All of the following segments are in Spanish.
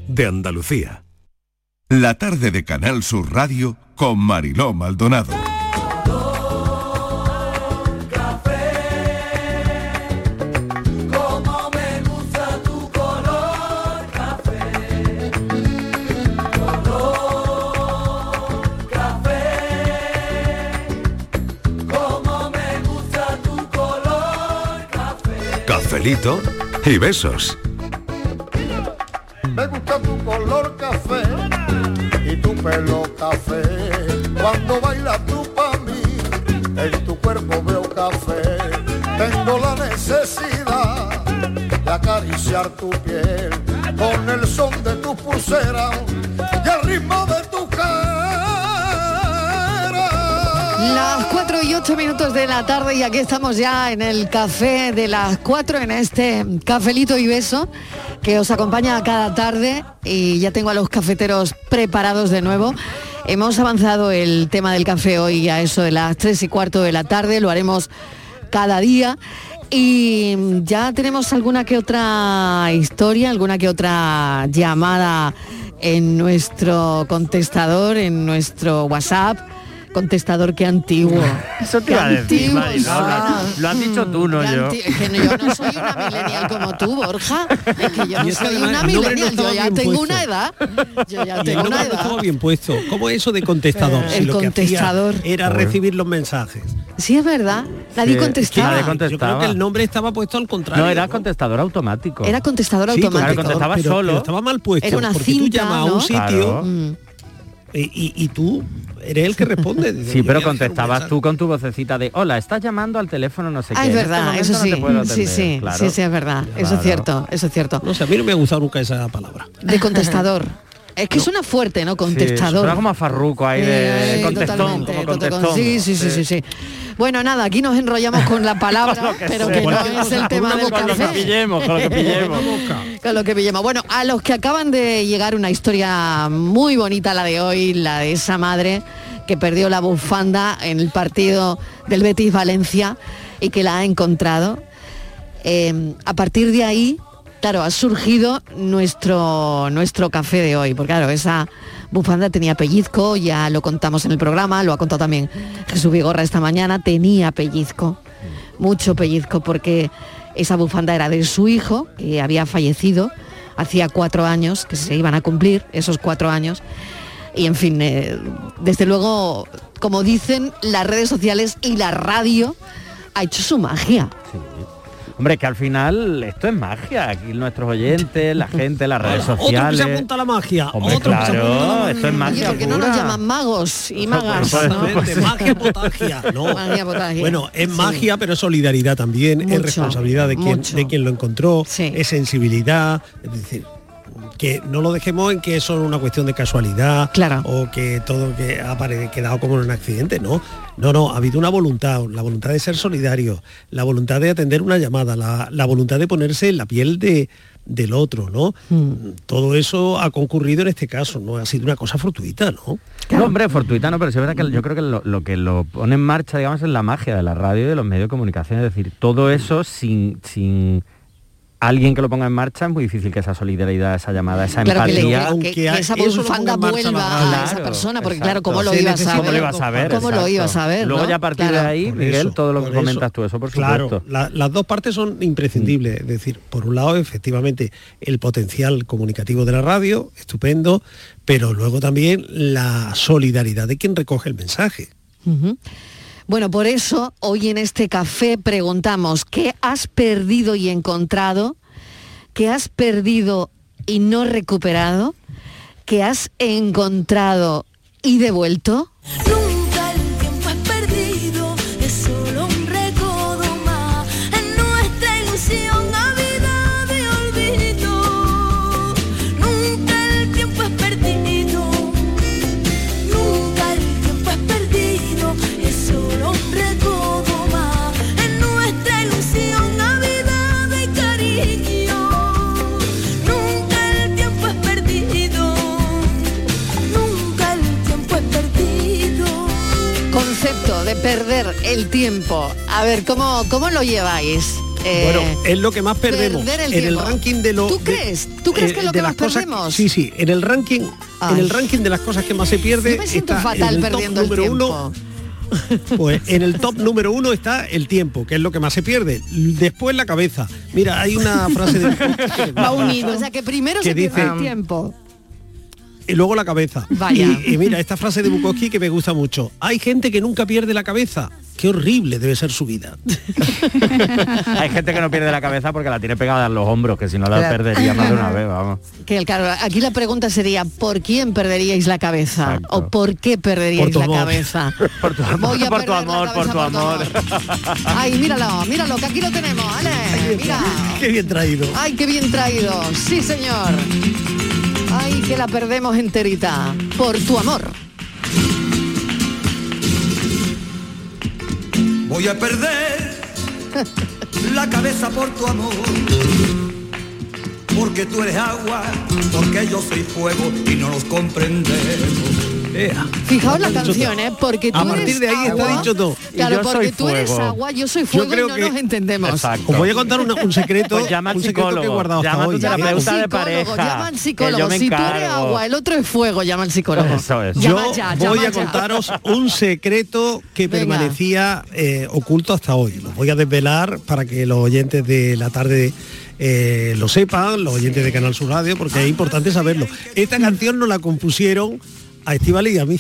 de Andalucía. La tarde de Canal Sur Radio con Mariló Maldonado. Cafelito y besos. Me gusta tu color café y tu pelo café. Cuando bailas tú pa' mí, en tu cuerpo veo café. Tengo la necesidad de acariciar tu piel con el son de tu pulsera y el ritmo de tu Las 4:08 de la tarde y aquí estamos ya en el café de las 4, en este cafelito y beso que os acompaña cada tarde, y ya tengo a los cafeteros preparados de nuevo. Hemos avanzado el tema del café hoy a eso de las 3:15 de la tarde, lo haremos cada día y ya tenemos alguna que otra historia, alguna que otra llamada en nuestro contestador, en nuestro WhatsApp. Contestador, qué antiguo. Eso te iba a decir, Mari, no, lo has dicho tú, no yo. Es que yo no soy una millennial como tú, Borja. Es que yo no soy una millennial, yo ya tengo una edad. Yo ya tengo una edad. Estaba bien puesto. ¿Cómo es eso de contestador? El contestador. Era recibir los mensajes. Sí, es verdad. Nadie contestaba. Nadie contestaba. Yo creo que el nombre estaba puesto al contrario. No, era contestador automático. Era contestador automático. Claro, contestaba solo. Pero estaba mal puesto. Era una porque cinta, tú llamas a un sitio. Claro. Y tú eres el que responde. Sí, pero contestabas tú con tu vocecita de hola, estás llamando al teléfono no sé qué. Es verdad, este eso sí. No te puedo atender. Sí, claro. sí, es verdad. Claro. Eso es cierto, eso es cierto. No sé, a mí no me ha gustado nunca esa palabra. De contestador. Es que suena fuerte, ¿no? Contestador. Suena como a farruco ahí de contestón, como contestón. Sí. Bueno, nada, aquí nos enrollamos con la palabra, pero que no es el tema del café. Con lo que pillemos. Con lo que pillemos. Bueno, a los que acaban de llegar, una historia muy bonita la de hoy, la de esa madre que perdió la bufanda en el partido del Betis Valencia y que la ha encontrado. A partir de ahí, claro, ha surgido nuestro café de hoy, porque claro, esa bufanda tenía pellizco, ya lo contamos en el programa, lo ha contado también Jesús Vigorra esta mañana, tenía pellizco, mucho pellizco, porque esa bufanda era de su hijo, que había fallecido hacía 4 años, que se iban a cumplir esos 4 años, y en fin, desde luego, como dicen, las redes sociales y la radio ha hecho su magia. Sí. Hombre, que al final esto es magia. Aquí nuestros oyentes, la gente, las redes sociales. Otro que se apunta a la magia. Hombre, claro, esto es magia. ¿Y por qué no nos llaman magos y magas? Magia potagia. No. Magia potagia. Bueno, es magia, pero es solidaridad también, es responsabilidad de quien lo encontró, es sensibilidad, es decir, que no lo dejemos en que eso es una cuestión de casualidad, claro, o que todo que ha quedado como en un accidente. No, ha habido una voluntad, la voluntad de ser solidario, la voluntad de atender una llamada, la voluntad de ponerse en la piel del otro, ¿no? Todo eso ha concurrido en este caso, no ha sido una cosa fortuita, ¿no? No, hombre, fortuita no, pero sí es verdad que yo creo que lo que lo pone en marcha, digamos, es la magia de la radio y de los medios de comunicación, es decir, todo eso sin alguien que lo ponga en marcha, es muy difícil que esa solidaridad, esa llamada, esa empatía... Que esa bufanda vuelva a esa persona, porque claro, ¿cómo lo iba a saber? ¿Cómo lo iba a saber? ¿Cómo lo iba a saber? Luego ya a partir de ahí, Miguel, todo lo que comentas tú, eso por supuesto. Claro, las dos partes son imprescindibles, es decir, por un lado, efectivamente, el potencial comunicativo de la radio, estupendo, pero luego también la solidaridad de quien recoge el mensaje. Bueno, por eso hoy en este café preguntamos, ¿qué has perdido y encontrado? ¿Qué has perdido y no recuperado? ¿Qué has encontrado y devuelto? Nunca el tiempo es perdido, es solo un recodo más en nuestra ilusión ávida de olvido. Nunca el tiempo es perdido, nunca el tiempo es perdido, es solo un recodo más en nuestra ilusión ávida de cariño. Nunca el tiempo es perdido, nunca el tiempo es perdido. Concepto de perder el tiempo. A ver, ¿cómo lo lleváis? Bueno, es lo que más perdemos perder el en el tiempo. ranking de los. ¿Tú crees? ¿Tú crees que es lo de que las más cosas? perdemos? Sí, en el ranking, Ay. de las cosas que más se pierde. Yo me siento está fatal en el top perdiendo el número tiempo. 1. Pues en el top número 1 está el tiempo, que es lo que más se pierde. Después la cabeza. Mira, hay una frase de Va unido. O sea, que primero que se pierde dice- el tiempo. y luego la cabeza. Vaya. Y mira, esta frase de Bukowski que me gusta mucho. Hay gente que nunca pierde la cabeza. Qué horrible debe ser su vida. Hay gente que no pierde la cabeza porque la tiene pegada en los hombros, que si no la perdería más de una vez, vamos. Que claro, aquí la pregunta sería ¿por quién perderíais la cabeza? Exacto. ¿O por qué perderíais Por tu la amor. cabeza? Por tu amor, Voy a por tu perder la amor, por cabeza tu amor. Ay, míralo, que aquí lo tenemos, ¿vale? Mira. Qué bien traído. Ay, qué bien traído. Sí, señor. Ay, que la perdemos enterita. Por tu amor. Voy a perder la cabeza por tu amor, porque tú eres agua, porque yo soy fuego y no los comprendemos. Fijaos la canción, ¿eh? Porque tú A partir eres de ahí está agua. dicho todo. Claro, Y yo porque soy tú eres fuego. agua, yo soy fuego creo y no que- nos entendemos. Exacto. Os voy a contar un secreto, Pues llama al un secreto que he psicólogo, guardado hasta llama a tu hoy. Llama al terapeuta de psicólogo, pareja, llama al que psicólogo. yo me Si tú eres encargo. agua, el otro es fuego, llama al psicólogo. Eso es. Yo Llama ya, voy llama a ya. contaros un secreto que Venga. permanecía oculto hasta hoy. Lo voy a desvelar para que los oyentes de la tarde lo sepan, los oyentes de Canal Sur Radio, porque es importante saberlo. Esta canción nos la compusieron a Estíbaliz y a mí.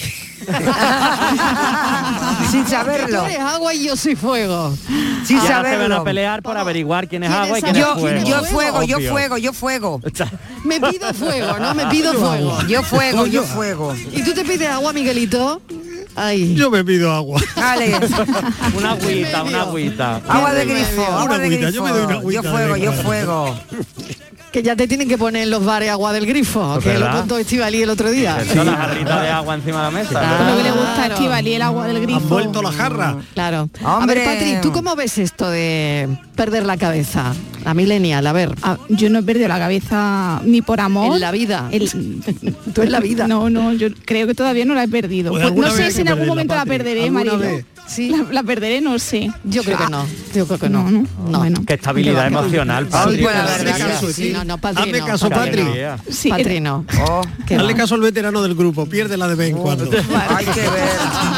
Sin Tú saberlo. eres agua y yo soy fuego. Sin Y ahora se van a saberlo. pelear por Vamos. averiguar quién es ¿Quién agua y es quién es agua? fuego. Yo fuego, yo Obvio. fuego, yo fuego. Me pido fuego, ¿no? Me pido fuego. Yo fuego, yo fuego. ¿Y tú te pides agua, Miguelito? Ay. Yo me pido agua. Vale. Una agüita, una agüita. Agua de Qué grifo, remedio. agua Una de agüita, grifo. yo me doy una agüita Yo fuego, de yo vez en fuego. Que ya te tienen que poner en los bares agua del grifo, Pues que lo verdad. contó Estivali el otro día. Son las jarritas de agua encima de la mesa. Claro. Lo que le gusta a Claro. Estivali, el agua del grifo. Han vuelto la jarra. Claro. Hombre. A ver, Patri, ¿tú cómo ves esto de perder la cabeza? La millennial, a ver. Ah, yo no he perdido la cabeza ni por amor. En la vida. Tú en la vida. No, yo creo que todavía no la he perdido. Pues Pues no alguna vez sé hay si que en algún perderla, momento la Patri. perderé, ¿Alguna Marilo. vez? Sí. La perderé, no sé. Yo creo que no. Yo creo que no. No. Bueno. Qué estabilidad Qué va, qué va. emocional, Sí, Patri. pues la Hazle verdad caso, que sí. no, Patri Hazle no, caso, Patri Patri. no. Sí, Patri no. Oh, Qué Hazle va. caso al veterano del grupo, piérdela de vez en cuando. hay que ver.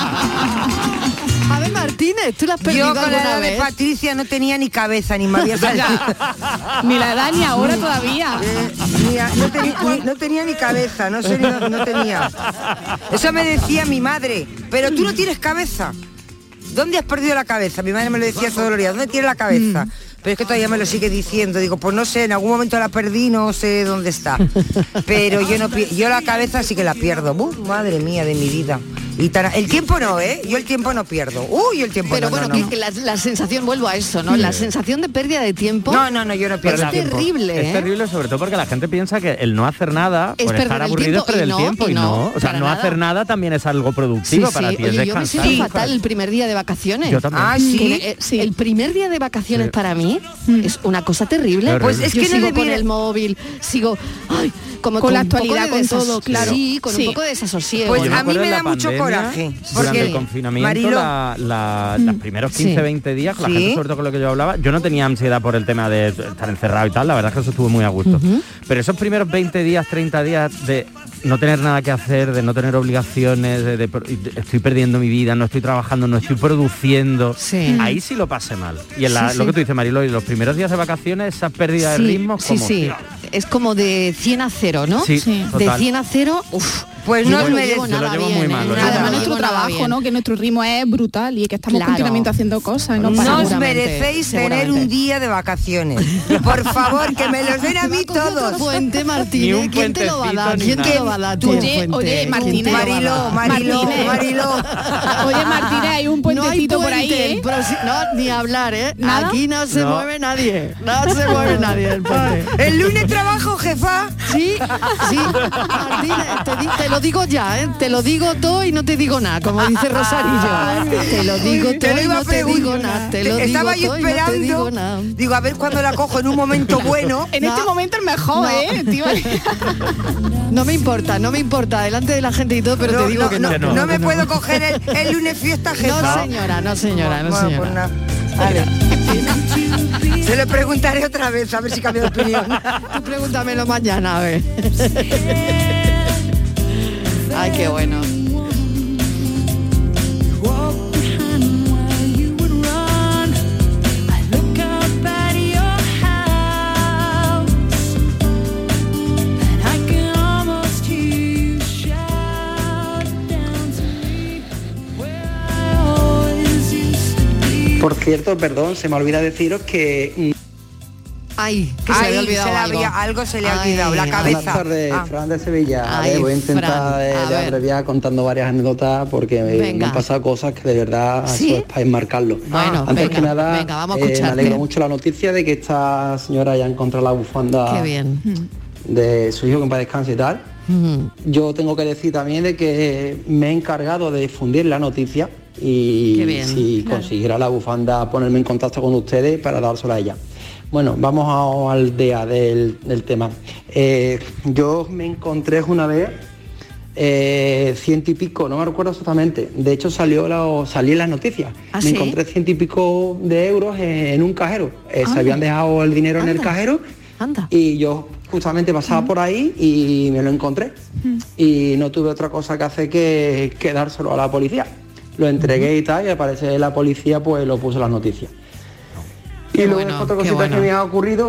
A ver, Martínez, ¿tú la has perdido Yo con la alguna edad de vez? Patricia no tenía ni cabeza, ni me había salido. Ni la edad ni ahora todavía. No tenía ni cabeza, no sé, no tenía. Eso me decía mi madre, pero tú no tienes cabeza. ¿Dónde has perdido la cabeza? Mi madre me lo decía todos los días, ¿dónde tienes la cabeza? Pero es que todavía me lo sigue diciendo. Digo, pues no sé, en algún momento la perdí, no sé dónde está. Pero yo la cabeza sí que la pierdo. Madre mía de mi vida. Y el tiempo no, ¿eh? Yo el tiempo no pierdo. Uy, el tiempo Pero no, bueno, no, no. que la sensación, vuelvo a eso, ¿no? La sensación de pérdida de tiempo No, yo no es pierdo el tiempo. terrible, Es ¿eh? terrible, sobre todo porque la gente piensa que el no hacer nada, Es por perder estar el aburrido, tiempo, es perder y el no, tiempo. y Y no, no, o sea, para no nada. hacer nada también es algo productivo para ti, es Oye, yo me descansar. siento fatal el primer día de vacaciones. Yo también. Ah, sí. Que, el primer día de vacaciones Sí. para mí es una cosa terrible. Qué horrible. Pues es Yo que no sigo con debiera- el móvil, sigo como Con la un poco actualidad, de con todo, claro. Sí, con Sí. un poco de desasosiego. Pues Yo me a mí acuerdo me en da la mucho pandemia, coraje. Durante Porque, el confinamiento, Marilo, los primeros 15, Sí. 20 días, la Sí. gente, sobre todo con lo que yo hablaba, yo no tenía ansiedad por el tema de estar encerrado y tal, la verdad es que eso estuvo muy a gusto. Pero esos primeros 20 días, 30 días de no tener nada que hacer, de no tener obligaciones, de estoy perdiendo mi vida, no estoy trabajando, no estoy produciendo, Sí. ahí sí lo pasé mal. Y en Sí, lo sí. que tú dices, Marilo, y los primeros días de vacaciones, esa pérdida de ritmo, sí, como, sí. Es como de 100 a 0, ¿no? Sí, Sí. De total. 100 a 0, uff. Pues yo no no es lo merece- llevo yo lo nada llevo bien, muy mal, lo llevo Además muy nuestro llevo nada trabajo, bien. ¿no? Que nuestro ritmo es brutal y que estamos Claro. continuamente haciendo cosas y no no para. os Seguramente, merecéis tener seguramente. un día de vacaciones. Por favor, que me los den a mí Coge otro todos. puente, Ni Martínez. un ¿Quién te lo va a dar? puentecito ¿Quién ni te lo nada. va a dar? Tú, tío, oye, puente? oye, Martínez. Marilo, Martínez. Marilo. Oye, Martínez, hay un No hay puentecito por ahí, puente, ¿eh? el no, ni hablar, ¿eh? ¿Nada? Aquí no se No. mueve nadie. No se mueve nadie del puente. El lunes trabajo, jefa. Sí, sí. Martínez, te lo digo ya, ¿eh? Te lo digo todo y no te digo nada, como dice Rosarillo. Te lo digo Te todo lo y iba no a te digo preguntar. nada. Te lo digo Estaba yo todo y no te digo esperando. nada. Digo, a ver cuándo la cojo en un momento bueno. En este momento el mejor, No. ¿eh? Tío? No me importa, delante de la gente y todo, pero te digo que no. No me puedo coger el lunes fiesta, jefa. No, señora, no, señora, no, Bueno, señora. pues nada. Vale. Se lo preguntaré otra vez, a ver si cambia de opinión. Tú pregúntamelo mañana, a ver. Ay, qué bueno. Por cierto, perdón, se me olvida deciros que... Ay, que se le había olvidado algo se le ha olvidado, la cabeza. Buenas tardes, Fran de Sevilla. Ay, voy a intentar Fran, de abreviar contando varias anécdotas porque me han pasado cosas que de verdad ¿Sí? eso es para enmarcarlo. Bueno, antes venga, que nada, venga, vamos a me escucharte. alegro mucho la noticia de que esta señora haya encontrado la bufanda Qué bien. de su hijo, que en paz descanse y tal. Mm. Yo tengo que decir también de que me he encargado de difundir la noticia y Qué bien, si claro. consiguiera la bufanda ponerme en contacto con ustedes para dársela a ella. Bueno, vamos al día del tema. Yo me encontré una vez 100 y pico, no me recuerdo exactamente. De hecho salí en las noticias. ¿Ah, me sí? encontré 100 y pico de euros en un cajero. Se Anda. habían dejado el dinero en el Anda. cajero. Anda. Y yo justamente pasaba por ahí y me lo encontré. Y no tuve otra cosa que hacer que dárselo a la policía. Lo entregué y tal, y al parecer la policía pues lo puso en las noticias. Qué Y luego bueno, otra qué cosita bueno. que me ha ocurrido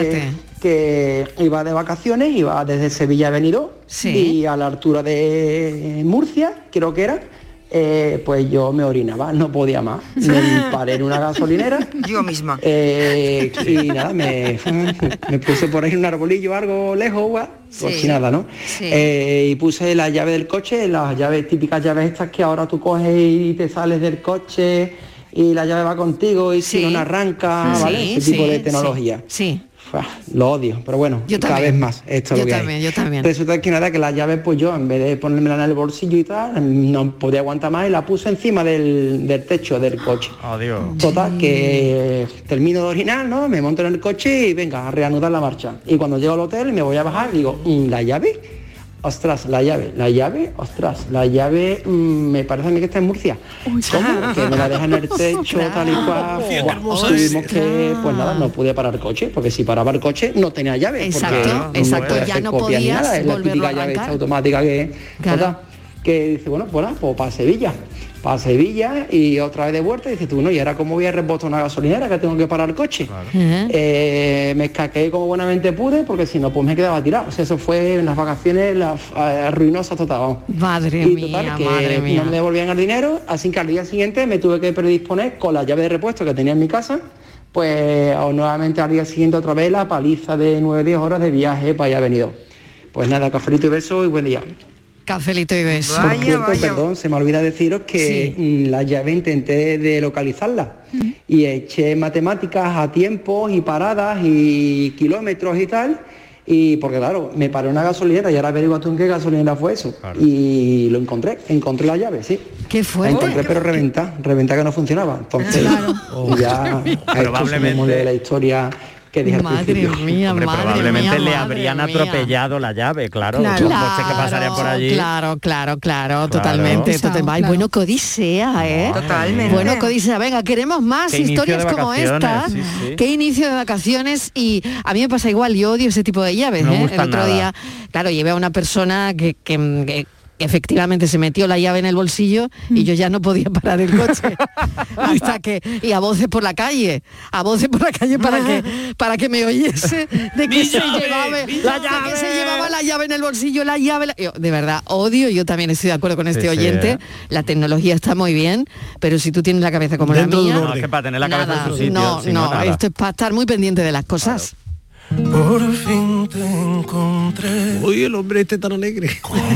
que iba de vacaciones, iba desde Sevilla a Benidorm, Sí. y a la altura de Murcia, creo que era, pues yo me orinaba, no podía más. Me paré en una gasolinera. Yo misma. Y nada, me puse por ahí en un arbolillo algo lejos, por Sí. si nada, ¿no? Sí. Y puse la llave del coche, las llaves, típicas llaves estas que ahora tú coges y te sales del coche y la llave va contigo y Sí. si no arranca, Sí, ¿vale? Ese tipo sí, de tecnología. Sí. Lo odio, pero bueno, Yo cada también. vez más esto es Yo lo que también, hay. yo también. Resulta que nada, que la llave, pues yo en vez de ponérmela en el bolsillo y tal, no podía aguantar más y la puse encima del techo del coche. Adiós. Total, que termino de orinar, ¿no? Me monto en el coche y venga, a reanudar la marcha. Y cuando llego al hotel me voy a bajar y digo, ¿la llave? Ostras, la llave, ostras, la llave me parece a mí que está en Murcia. ¿Cómo? Que me la deja en el techo, tal y cual. Qué Buah, hermosa tuvimos es. que, pues nada, no pude parar el coche, porque si paraba el coche no tenía llave. Exacto, porque exacto, podía ya hacer no copia ni podías nada, es la volverlo típica a llave esta arrancar. automática que, Claro. total, que dice, bueno, pues nada, pues para Sevilla y otra vez de vuelta y dices tú, no, y ahora cómo voy a repostar una gasolinera que tengo que parar el coche. Me escaqué como buenamente pude porque si no pues me quedaba tirado. O sea, eso fue en las vacaciones ruinosas total. Vamos. Madre Y mía, total, que madre mía. no me devolvían el dinero, así que al día siguiente me tuve que predisponer con la llave de repuesto que tenía en mi casa, pues nuevamente al día siguiente otra vez la paliza de 9-10 horas de viaje para allá venido. Pues nada, cafelito y beso y buen día. Cafelito y beso. Por cierto, perdón, se me olvida deciros que la llave intenté de localizarla y eché matemáticas a tiempos y paradas y kilómetros y tal, y porque claro, me paré en una gasolinera y ahora averiguo tú en qué gasolinera fue eso. Y lo encontré la llave, sí. ¿Qué fue? La encontré pero reventada que no funcionaba. Entonces ya Probablemente de la historia que dije al Madre principio. mía, Hombre, madre probablemente mía, le madre habrían mía. atropellado la llave, claro. Claro, Los coches que pasarían por allí. Claro, totalmente. Ay, bueno, que odisea, ¿eh? Totalmente. Bueno, que odisea. Venga, queremos más Qué inicio historias de como vacaciones, esta. sí, sí. Qué inicio de vacaciones. Y a mí me pasa igual, yo odio ese tipo de llaves. No me El gustan otro nada. día, claro, llevé a una persona que efectivamente se metió la llave en el bolsillo y yo ya no podía parar el coche hasta que, y a voces por la calle para que me oyese de que se llevaba la llave en el bolsillo, yo, de verdad odio. Yo también estoy de acuerdo con este Sí, sí, oyente. La tecnología está muy bien, pero si tú tienes la cabeza como Dentro de la un mía, No, es que para tener la cabeza en su sitio, no, si no, nada. esto es para estar muy pendiente de las cosas. Por fin te encontré. Uy, el hombre este tan alegre.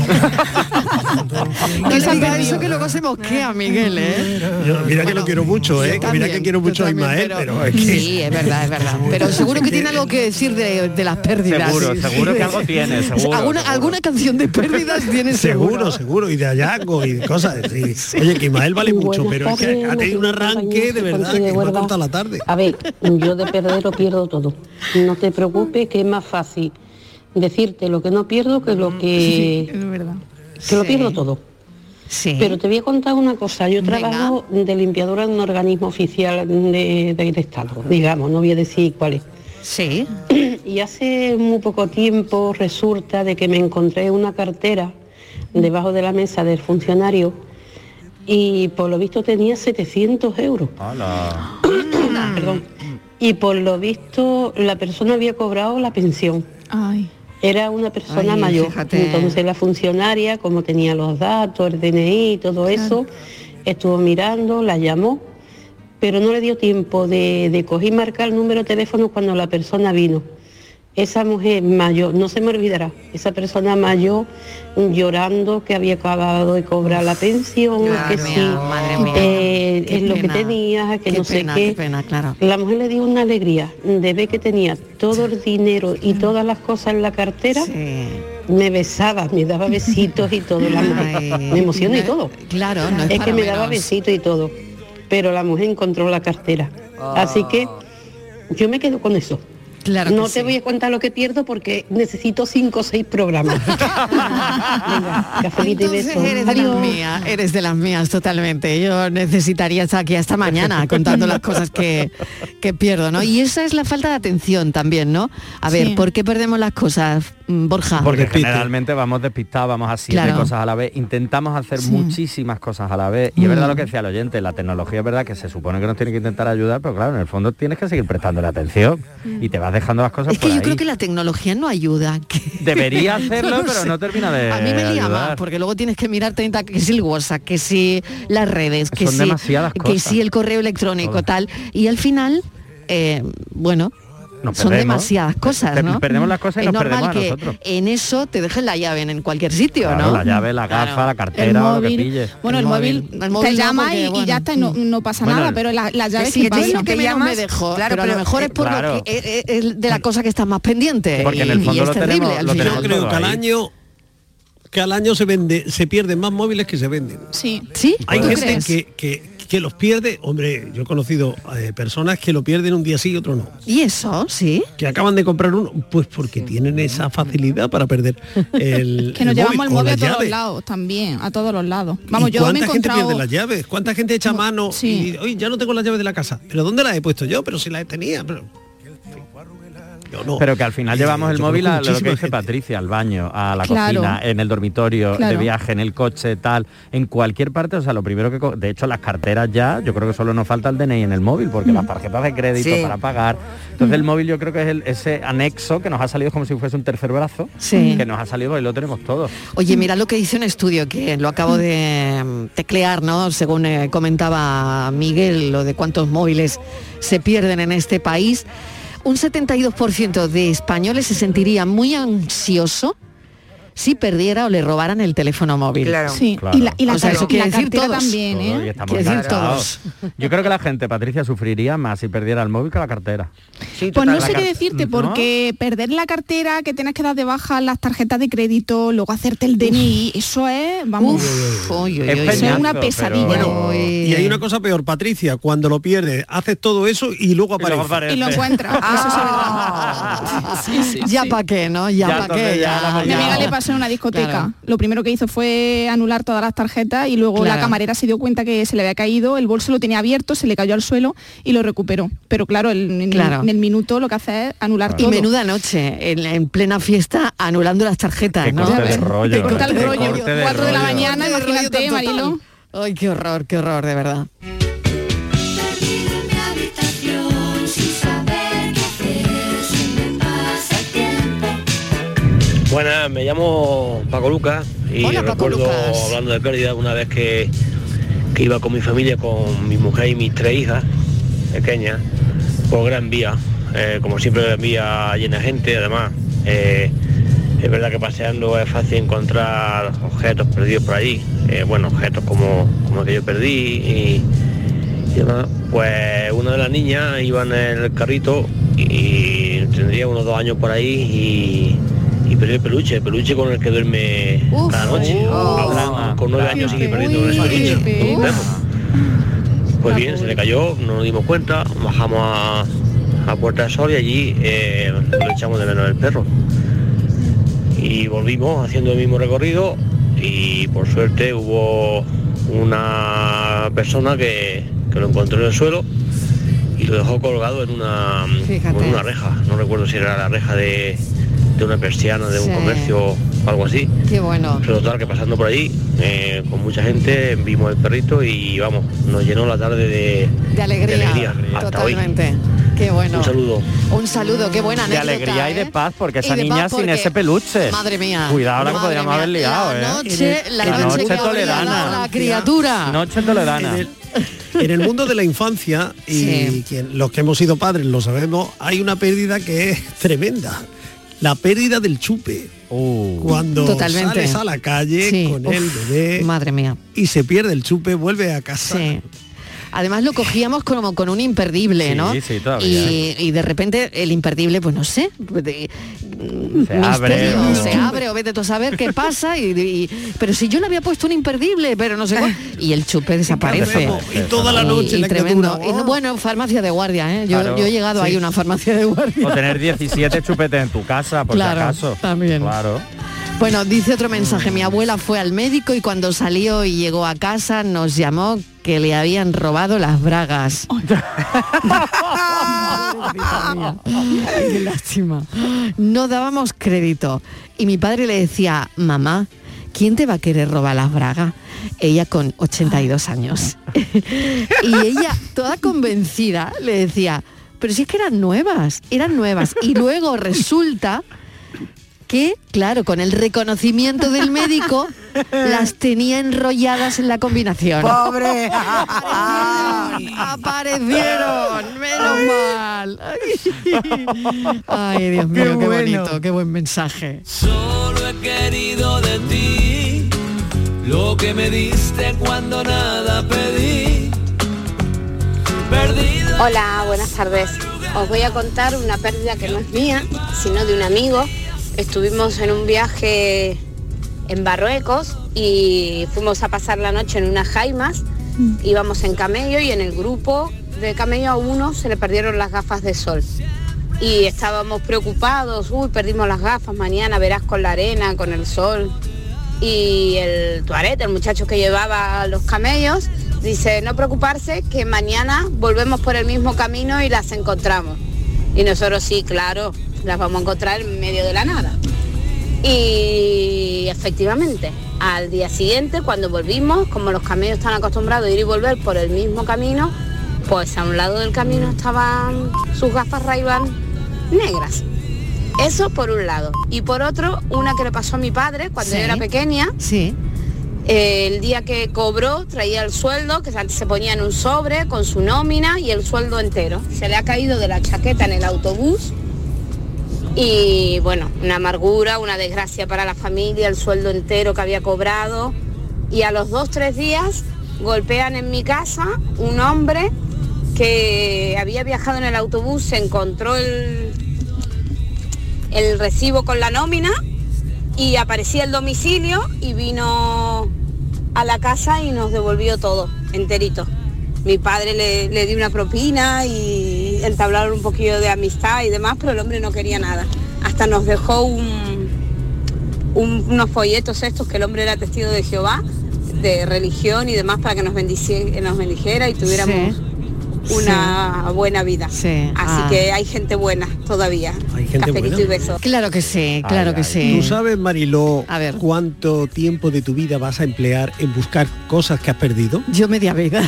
No le diga eso que luego se mosquea, Miguel, Mira que lo quiero mucho, yo que mira que también, quiero yo mucho a también, Ismael, pero es que... sí, es verdad. Pero seguro que tiene algo que decir de las pérdidas. Seguro que algo tiene, seguro. Alguna canción de pérdidas tiene seguro. Seguro, y de hallazgo y cosas. Sí. Oye, que Ismael vale mucho, pero es que ha tenido un arranque de verdad que me ha cortado la tarde. A ver, yo de perder lo pierdo todo. No te preocupes, que es más fácil decirte lo que no pierdo que lo que... Es verdad. Que lo pierdo todo. Sí. Pero te voy a contar una cosa. Yo trabajo de limpiadora en un organismo oficial del Estado, digamos, no voy a decir cuál es. Sí. Y hace muy poco tiempo resulta de que me encontré una cartera debajo de la mesa del funcionario y por lo visto tenía 700 euros. Perdón. Y por lo visto la persona había cobrado la pensión. Ay. Era una persona mayor. Fíjate. Entonces la funcionaria, como tenía los datos, el DNI y todo eso, estuvo mirando, la llamó, pero no le dio tiempo de coger y marcar el número de teléfono cuando la persona vino. Esa mujer mayor, no se me olvidará, esa persona mayor llorando que había acabado de cobrar la pensión, Madre que mía, sí, madre mía. es lo que pena. tenía, que Qué no sé pena, qué. qué pena, claro. La mujer le dio una alegría de ver que tenía todo el dinero y todas las cosas en la cartera. Me besaba, me daba besitos y todo, la mujer. Ay, Me emociona y todo. Claro, no es Es para que me daba menos. besitos y todo. Pero la mujer encontró la cartera. Así que yo me quedo con eso. Claro no que te sí. voy a contar lo que pierdo porque necesito 5 o 6 programas. Venga, cafelito y Entonces besos. eres de Adiós. las mías, eres de las mías totalmente. Yo necesitaría estar aquí hasta mañana contando las cosas que pierdo, ¿no? Y esa es la falta de atención también, ¿no? A ver, Sí. ¿por qué perdemos las cosas, Borja? Porque generalmente vamos despistados, vamos a 7 Claro. cosas a la vez, intentamos hacer Sí. muchísimas cosas a la vez. Y es verdad lo que decía el oyente, la tecnología es verdad que se supone que nos tiene que intentar ayudar, pero claro, en el fondo tienes que seguir prestándole atención y te vas dejando las cosas Es que por yo ahí. creo que la tecnología no ayuda. Debería hacerlo, No lo pero sé. no termina de A mí me lía ayudar. más, porque luego tienes que mirar 30, que si el WhatsApp, que si las redes, que Son si, demasiadas que cosas. si el correo electrónico, Todo. tal. Y al final, bueno... Nos Son perdemos. demasiadas cosas, ¿no? Perdemos las cosas y es nos normal perdemos a que nosotros. en eso te dejen la llave en cualquier sitio, Claro, ¿no? la llave, la gafa, Claro. la cartera, lo que pille. Bueno, el móvil te no, llama porque, y bueno, ya está, y no pasa Bueno, nada, pero la llave que sí, que que es pasa. lo que menos me dejó, Claro, pero a lo pero, mejor es por claro. lo que es de la cosa que estás más pendiente. Porque en y- el y fondo es lo terrible tenemos- al lo final. Yo creo todo que al año se pierden más móviles que se venden. Sí. ¿Sí? Hay ¿Tú gente crees? que los pierde, hombre, yo he conocido personas que lo pierden un día sí y otro no. ¿Y eso? ¿Sí? Que acaban de comprar uno, pues porque tienen esa facilidad para perder el Que nos llevamos el o móvil la a todos llave. los lados también, a todos los lados. Vamos, ¿Y yo me he cuánta gente encontrado... pierde las llaves? ¿Cuánta gente echa mano Sí. y hoy ya no tengo las llaves de la casa? ¿Pero dónde las he puesto yo? Pero si las tenía, pero yo no. Pero que al final llevamos el yo móvil conozco a lo que muchísima dice gente. Patricia, al baño, a la Claro. cocina, en el dormitorio, Claro. de viaje, en el coche, tal, en cualquier parte. O sea, lo primero que... De hecho, las carteras ya, yo creo que solo nos falta el DNI en el móvil, porque las tarjetas de crédito Sí. para pagar. Entonces el móvil yo creo que es ese anexo que nos ha salido como si fuese un tercer brazo, Sí. que nos ha salido y lo tenemos todo. Oye, mira lo que dice un estudio, que lo acabo de teclear, ¿no? Según comentaba Miguel, lo de cuántos móviles se pierden en este país. Un 72% de españoles se sentiría muy ansioso si perdiera o le robaran el teléfono móvil. Claro. Sí, Claro. y la, O sea, eso y quiere la decir cartera todos. también, Todo, y ¿eh? estamos Quiere decir encantados. Yo creo que la gente, Patricia, sufriría más si perdiera el móvil que la cartera. Sí, Pues no total. sé qué decirte, ¿no? porque perder la cartera, que tienes que dar de baja las tarjetas de crédito, luego hacerte el DNI, eso es, vamos, Uy, uy, Es uy, eso es peñazo, una pesadilla. Bueno, Uy. y hay una cosa peor, Patricia, cuando lo pierdes, haces todo eso y luego aparece. Y lo encuentras. Eso es Ah. verdad. Sí, sí, Ya sí. para qué, ¿no? Ya, Ya, para entonces qué. ya la Mi amiga Ya. le pasó en una discoteca. Claro. Lo primero que hizo fue anular todas las tarjetas y luego Claro. la camarera se dio cuenta que se le había caído, el bolso lo tenía abierto, se le cayó al suelo y lo recuperó. Pero claro, Claro. en el minuto lo que hace es anular Y todo. menuda noche, en plena fiesta, anulando las tarjetas, Qué ¿no? corte de rollo. Te corta el Qué rollo. corte de 4 de la rollo. mañana, Qué rollo imagínate, tan total. Marilo. Ay, qué horror, de verdad. Perdido en mi habitación sin saber qué hacer, se me pasa el tiempo. Buenas, me llamo Paco Lucas y Hola, Paco recuerdo, Lucas. hablando de pérdida, una vez que iba con mi familia, con mi mujer y mis 3 hijas pequeñas, por Gran Vía. Como siempre, Gran Vía llena de gente, además. Es verdad que paseando es fácil encontrar objetos perdidos por allí. Bueno, objetos como el que yo perdí y demás. Pues una de las niñas iba en el carrito y tendría unos 2 años por ahí y perdió el peluche con el que duerme Uf. cada noche. Drama, Con 9 drama. años sigue perdiendo Uy, ese peluche. qué Un perro. Pues bien, se le cayó, no nos dimos cuenta, bajamos a Puerta del Sol y allí lo echamos de menos el perro. Y volvimos haciendo el mismo recorrido y por suerte hubo una persona que lo encontró en el suelo y lo dejó colgado en una reja. No recuerdo si era la reja de una persiana de un comercio o algo así. Qué bueno. Pero total, que pasando por allí con mucha gente vimos el perrito y vamos, nos llenó la tarde de alegría hasta totalmente. Hoy. Qué bueno. Un saludo, qué buena anécdota. De alegría y de paz, porque esa de niña paz sin ese peluche. Madre mía. Cuidado ahora que podríamos haber liado, La noche toledana. La criatura. Noche toledana. En el mundo de la infancia, y los que hemos sido padres lo sabemos, hay una pérdida que es tremenda. La pérdida del chupe. Cuando sales a la calle con el bebé, madre mía, y se pierde el chupe, vuelve a casa. Además lo cogíamos como con un imperdible, ¿no? Sí, todavía. Y de repente el imperdible, pues no sé, se abre o vete tú a saber qué pasa, pero si yo le había puesto un imperdible, pero no sé cuál, y el chupe desaparece. Y toda la noche y tremendo. Y bueno, farmacia de guardia, ¿eh? Yo he llegado ahí a una farmacia de guardia. O tener 17 chupetes en tu casa, por si acaso. También. Claro. Bueno, dice otro mensaje, mi abuela fue al médico y cuando salió y llegó a casa nos llamó que le habían robado las bragas. Qué lástima. No dábamos crédito. Y mi padre le decía, mamá, ¿quién te va a querer robar las bragas? Ella con 82 años. Y ella, toda convencida, le decía, pero si es que eran nuevas. Y luego resulta que, claro, con el reconocimiento del médico, las tenía enrolladas en la combinación. ¡Pobre! ¡Aparecieron! ¡Menos mal! ¡Ay, Dios mío, qué bonito, qué buen mensaje! Solo he querido de ti lo que me diste cuando nada pedí. Perdido. Hola, buenas tardes. Os voy a contar una pérdida que no es mía, sino de un amigo. Estuvimos en un viaje en Marruecos y fuimos a pasar la noche en unas jaimas. Íbamos en camello y en el grupo de camello a uno se le perdieron las gafas de sol. Y estábamos preocupados, perdimos las gafas, mañana verás con la arena, con el sol. Y el tuareg, el muchacho que llevaba los camellos, dice, no preocuparse, que mañana volvemos por el mismo camino y las encontramos. Y nosotros sí, claro, las vamos a encontrar en medio de la nada. Y efectivamente, al día siguiente, cuando volvimos, como los camellos están acostumbrados a ir y volver por el mismo camino, pues a un lado del camino estaban sus gafas Ray-Ban negras. Eso por un lado. Y por otro, una que le pasó a mi padre cuando yo era pequeña. Sí. El día que cobró, traía el sueldo, que se ponía en un sobre con su nómina y el sueldo entero. Se le ha caído de la chaqueta en el autobús. Y bueno, una amargura, una desgracia para la familia, el sueldo entero que había cobrado. Y a los 2-3 días golpean en mi casa un hombre que había viajado en el autobús, se encontró el recibo con la nómina y aparecía el domicilio y vino a la casa y nos devolvió todo, enterito. Mi padre le dio una propina y entablaron un poquillo de amistad y demás, pero el hombre no quería nada. Hasta nos dejó unos folletos estos, que el hombre era testigo de Jehová, de religión y demás, para que nos bendijera y tuviéramos una buena vida. Así que hay gente buena todavía. Hay gente Cafelito buena. y besos. Claro que sí, claro que sí. ¿Tú sabes, Mariló, cuánto tiempo de tu vida vas a emplear en buscar cosas que has perdido? Yo media vida.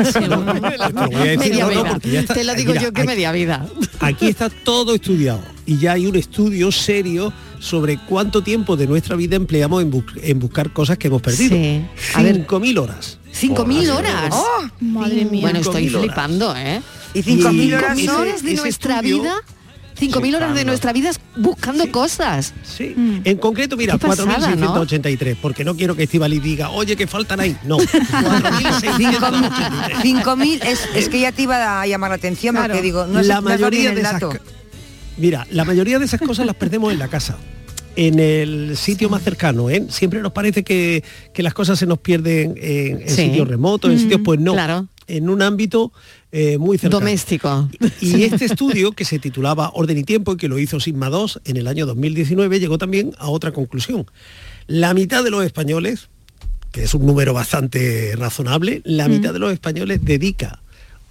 Media vida. Te lo digo yo que media vida. Aquí está todo estudiado y ya hay un estudio serio sobre cuánto tiempo de nuestra vida empleamos en buscar cosas que hemos perdido. 5.000 horas. 5.000 horas. Oh, madre mía. Bueno, estoy 5.000 horas. flipando, ¿eh? Y 5.000 horas de nuestra vida. 5.000 horas de nuestra vida buscando cosas. Sí. En concreto, mira, Qué pasada, 4.683, porque no quiero que Estíbaliz diga, oye, que faltan ahí. No, 4.683. 5.000 es que ya te iba a llamar la atención, porque digo, no es la mayoría el de dato. Mira, la mayoría de esas cosas las perdemos en la casa, en el sitio más cercano, ¿eh? Siempre nos parece que las cosas se nos pierden en sitios remotos, en sitios, pues no. Claro. En un ámbito muy cercano. Doméstico. Y este estudio, que se titulaba Orden y Tiempo, y que lo hizo Sigma 2 en el año 2019, llegó también a otra conclusión. La mitad de los españoles, que es un número bastante razonable, la mitad de los españoles dedica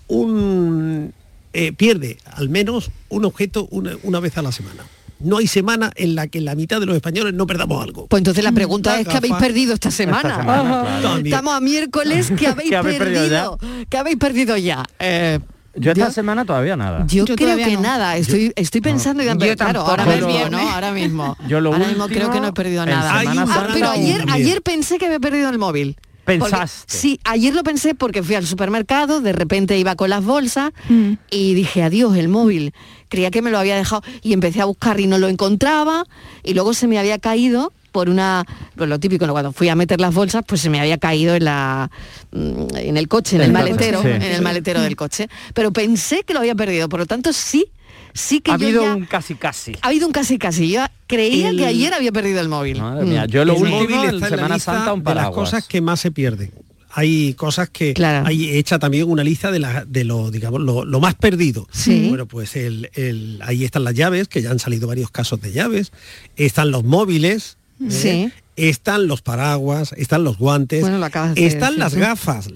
pierde al menos un objeto una vez a la semana. No hay semana en la que la mitad de los españoles no perdamos algo. Pues entonces la pregunta es, ¿qué habéis perdido esta semana? Claro. Estamos a miércoles, ¿qué habéis perdido? ¿Qué habéis perdido ya? Yo esta semana todavía nada. Yo creo que nada. Estoy pensando y claro, ahora mismo, ¿no? Ahora mismo. Ahora mismo creo que no he perdido nada. Pero ayer pensé que había perdido el móvil. ¿Pensaste? Sí, ayer lo pensé porque fui al supermercado, de repente iba con las bolsas y dije, adiós, el móvil. Creía que me lo había dejado y empecé a buscar y no lo encontraba y luego se me había caído por lo típico, cuando fui a meter las bolsas, pues se me había caído en el coche, en el maletero, en el maletero del coche. Pero pensé que lo había perdido, por lo tanto sí que ha habido un casi. Ha habido un casi. Yo creía que ayer había perdido el móvil. Madre mía, yo lo último en está Semana Santa un paraguas. De las cosas que más se pierden. Hay cosas que hay hecha también una lista de lo digamos lo más perdido. Sí. Bueno, pues ahí están las llaves, que ya han salido varios casos de llaves. Están los móviles. Sí. Están los paraguas, están los guantes, están las gafas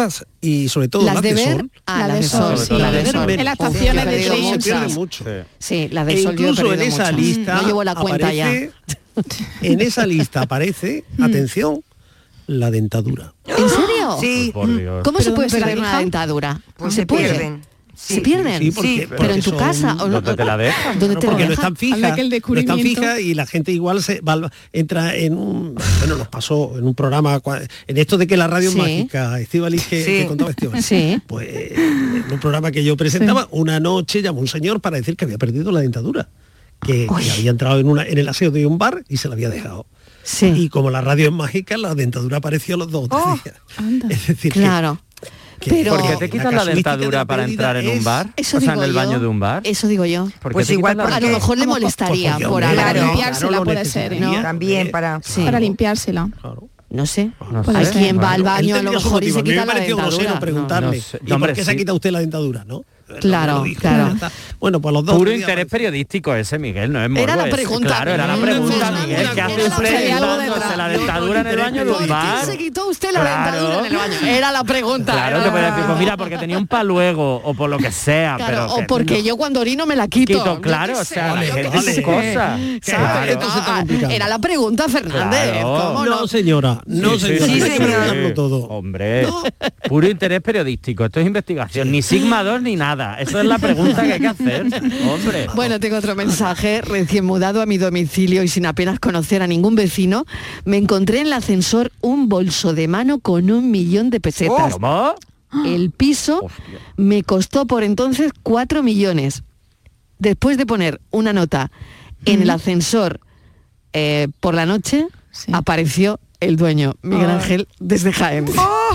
y sobre todo las de sol. Las de sol, sí. En las estaciones de sol sol se pierde mucho. Sí, las de sol incluso en esa lista no llevo la cuenta aparece, en esa lista aparece, atención, la dentadura. ¿En serio? Sí. Por Dios. ¿Cómo se puede perder una dentadura? Pues ¿Se puede? pierden. ¿Se pierden? Sí, porque pero en tu son- casa o ¿Dónde te la dejas? ¿Dónde te la porque no dejas? están fijas, Anda que el no están descubrimiento. fijas y la gente igual entra en un, bueno, nos pasó en un programa, en esto de que la radio es Sí. mágica, Estíbaliz, que contaba Estíbaliz. Sí. Pues en un programa que yo presentaba, una noche llamó un señor para decir que había perdido la dentadura, que había entrado en el aseo de un bar y se la había dejado. Sí. Y como la radio es mágica, la dentadura apareció a los 2 o 3 días. Es decir, Claro. Pero ¿Por qué te quitan la dentadura para entrar en un bar? Eso O sea, digo en el yo. baño de un bar. Eso digo yo. ¿Por qué Pues te igual quitan la A lo mejor le molestaría porque, por hombre, algo. Para Claro, limpiársela lo puede ser, necesitaría. ¿no? También para... Sí. Para limpiársela. No sé. No Hay sé. quien va al Él baño a tendría lo su mejor y motivo. se A mí me quita la pareció grosero dentadura. preguntarle, No sé. ¿y Hombre, por qué se ha sí. quitado usted la dentadura? ¿no? Claro, Lo dijo, claro. ya está. Bueno, pues los dos Puro días interés periodístico ese, Miguel, no es morbo. Era la ese. pregunta. Claro, era la pregunta, Miguel. ¿Qué hace usted Hay algo quitándose detrás. la dentadura en el baño de un ¿Por bar? qué se quitó usted la Claro. dentadura en el baño? Era la pregunta. Claro, te puede decir, pues mira, porque tenía un paluego o por lo que sea, Claro, pero o que porque no- yo cuando orino me la quito. Quito, claro, Yo qué o sea, sé, la yo gente qué sus sé. cosas. ¿Sabes? Esto se está Ah, complicando. era la pregunta, Fernández. Claro. ¿Cómo No, señora, no, Sí, señora. sí, hay que señor. preguntarlo todo. Hombre, puro interés periodístico, esto es investigación, ni Sigma 2 ni nada. Eso es la pregunta que hay que hacer, hombre. Bueno, tengo otro mensaje. Recién mudado a mi domicilio y sin apenas conocer a ningún vecino, me encontré en el ascensor un bolso de mano con 1 millón de pesetas. ¿Cómo? El piso me costó por entonces 4 millones. Después de poner una nota en el ascensor por la noche, apareció el dueño, Miguel Ángel, desde Jaén.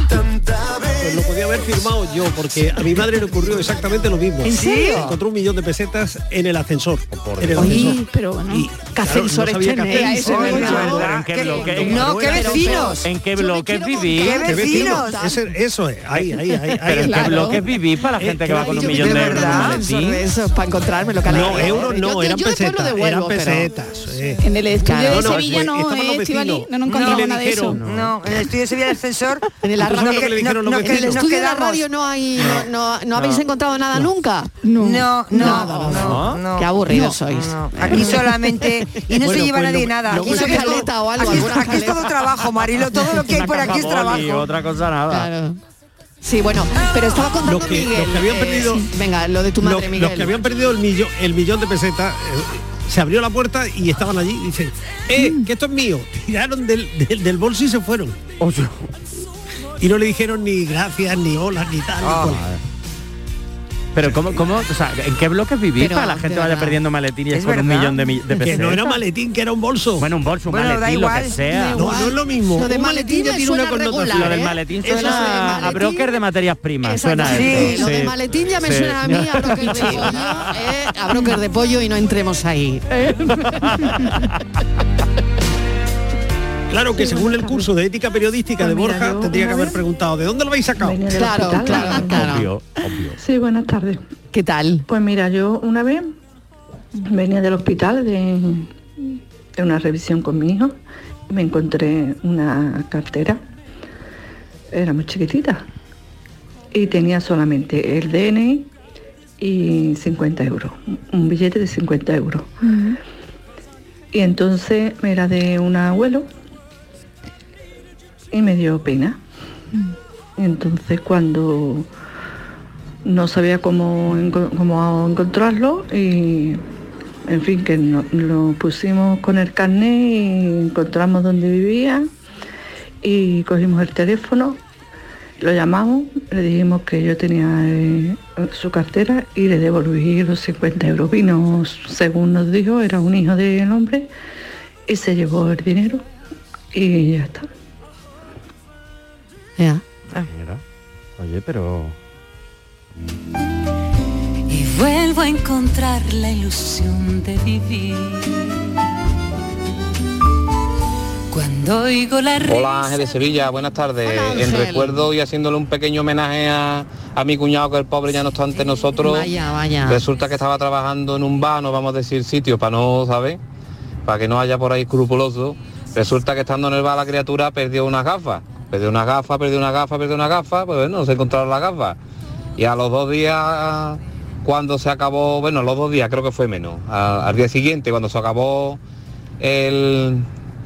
Pues lo podía haber firmado yo, porque a mi madre le ocurrió exactamente lo mismo. ¿En serio? Encontró 1 millón de pesetas en el ascensor. En el Oye, ascensor. pero bueno. Y, ¿qué ascensores no sabía qué hacer. tenéis? Eso es verdad. ¿Pero en qué bloque? No, qué vecinos. ¿En qué bloques vivís? ¿Qué ¿Qué vecinos? Eso es, ahí. ¿Pero en qué Claro. bloques vivís para la gente que va con 1 Yo millón de quiero euros en un un ascensor maletín? de esos para encontrarme lo que No, euros no, eran yo después lo pesetas. devuelvo, Eran pero- pesetas. En el estudio Claro, de no, Sevilla pues, no, estaban los Estivali, vecinos. no encontramos Y le nada de eso. dijeron, No, en el estudio de Sevilla el ascensor. En el ¿Tú sabes lo que le dijeron los en el vecinos? estudio de la quedamos. radio no hay, no habéis encontrado nada nunca. No. Qué aburridos sois. No. Aquí solamente y no Bueno, se lleva pues nadie lo- nada. lo- Aquí una es todo- escaleta o algo, aquí- alguna aquí es todo escaleta. trabajo, Marilo. Todo lo que hay Una por aquí es caja boli, trabajo. otra cosa nada. Claro. Sí, bueno, pero estaba contando Los que- Miguel. los que habían perdido- sí, venga, lo de tu madre, Miguel. Los que habían perdido el millón de pesetas, se abrió la puerta y estaban allí. Y dicen, que esto es mío. Tiraron del bolso y se fueron. Y no le dijeron ni gracias, ni hola, ni tal. ni cual. Pero ¿cómo? O sea, ¿en qué bloques vivís Pero, para la gente de vaya verdad. perdiendo maletines Es con 1 verdad. millón de pesetas? Que no era maletín, que era un bolso. Bueno, un bolso, un Bueno, da maletín, lo que igual. sea. No, no es lo mismo. Lo de Un maletín ya me tiene una suena connotación. regular, Lo del ¿eh? maletín Eso suena de a maletín- broker de materias primas. Suena a Exactamente. esto. Lo de Sí. maletín ya me Sí. suena a mí, a broker de pollo, a broker de pollo y no entremos ahí. Claro que según el curso de ética periodística de Borja, tendría que haber preguntado, ¿de dónde lo habéis sacado? Claro, claro. Obvio, obvio. Sí, buenas tardes. ¿Qué tal? Pues mira, yo una vez venía del hospital de una revisión con mi hijo me encontré una cartera, era muy chiquitita, y tenía solamente el DNI y 50 euros, un billete de 50 euros. Y entonces era de un abuelo y me dio pena. Y entonces cuando no sabía cómo encontrarlo, y en fin, que lo pusimos con el carnet y encontramos dónde vivía y cogimos el teléfono, lo llamamos, le dijimos que yo tenía su cartera y le devolví los 50 euros. Vino, según nos dijo, era un hijo del hombre y se llevó el dinero y ya está. Ya. Mira. Oye, pero... Y vuelvo a encontrar la ilusión de vivir. Cuando oigo la risa... Hola, Ángel de Sevilla, buenas tardes. Hola, En Ángel. recuerdo y haciéndole un pequeño homenaje a mi cuñado, que el pobre ya no está ante nosotros. Vaya. Resulta que estaba trabajando en un bar, no vamos a decir sitio para no saber, para que no haya por ahí escrupuloso. Resulta que estando en el bar la criatura perdió unas gafas. Perdió una gafa, pues bueno, no se encontraron las gafas. Y a los 2 días, cuando se acabó, bueno, los 2 días creo que fue menos, al día siguiente, cuando se acabó un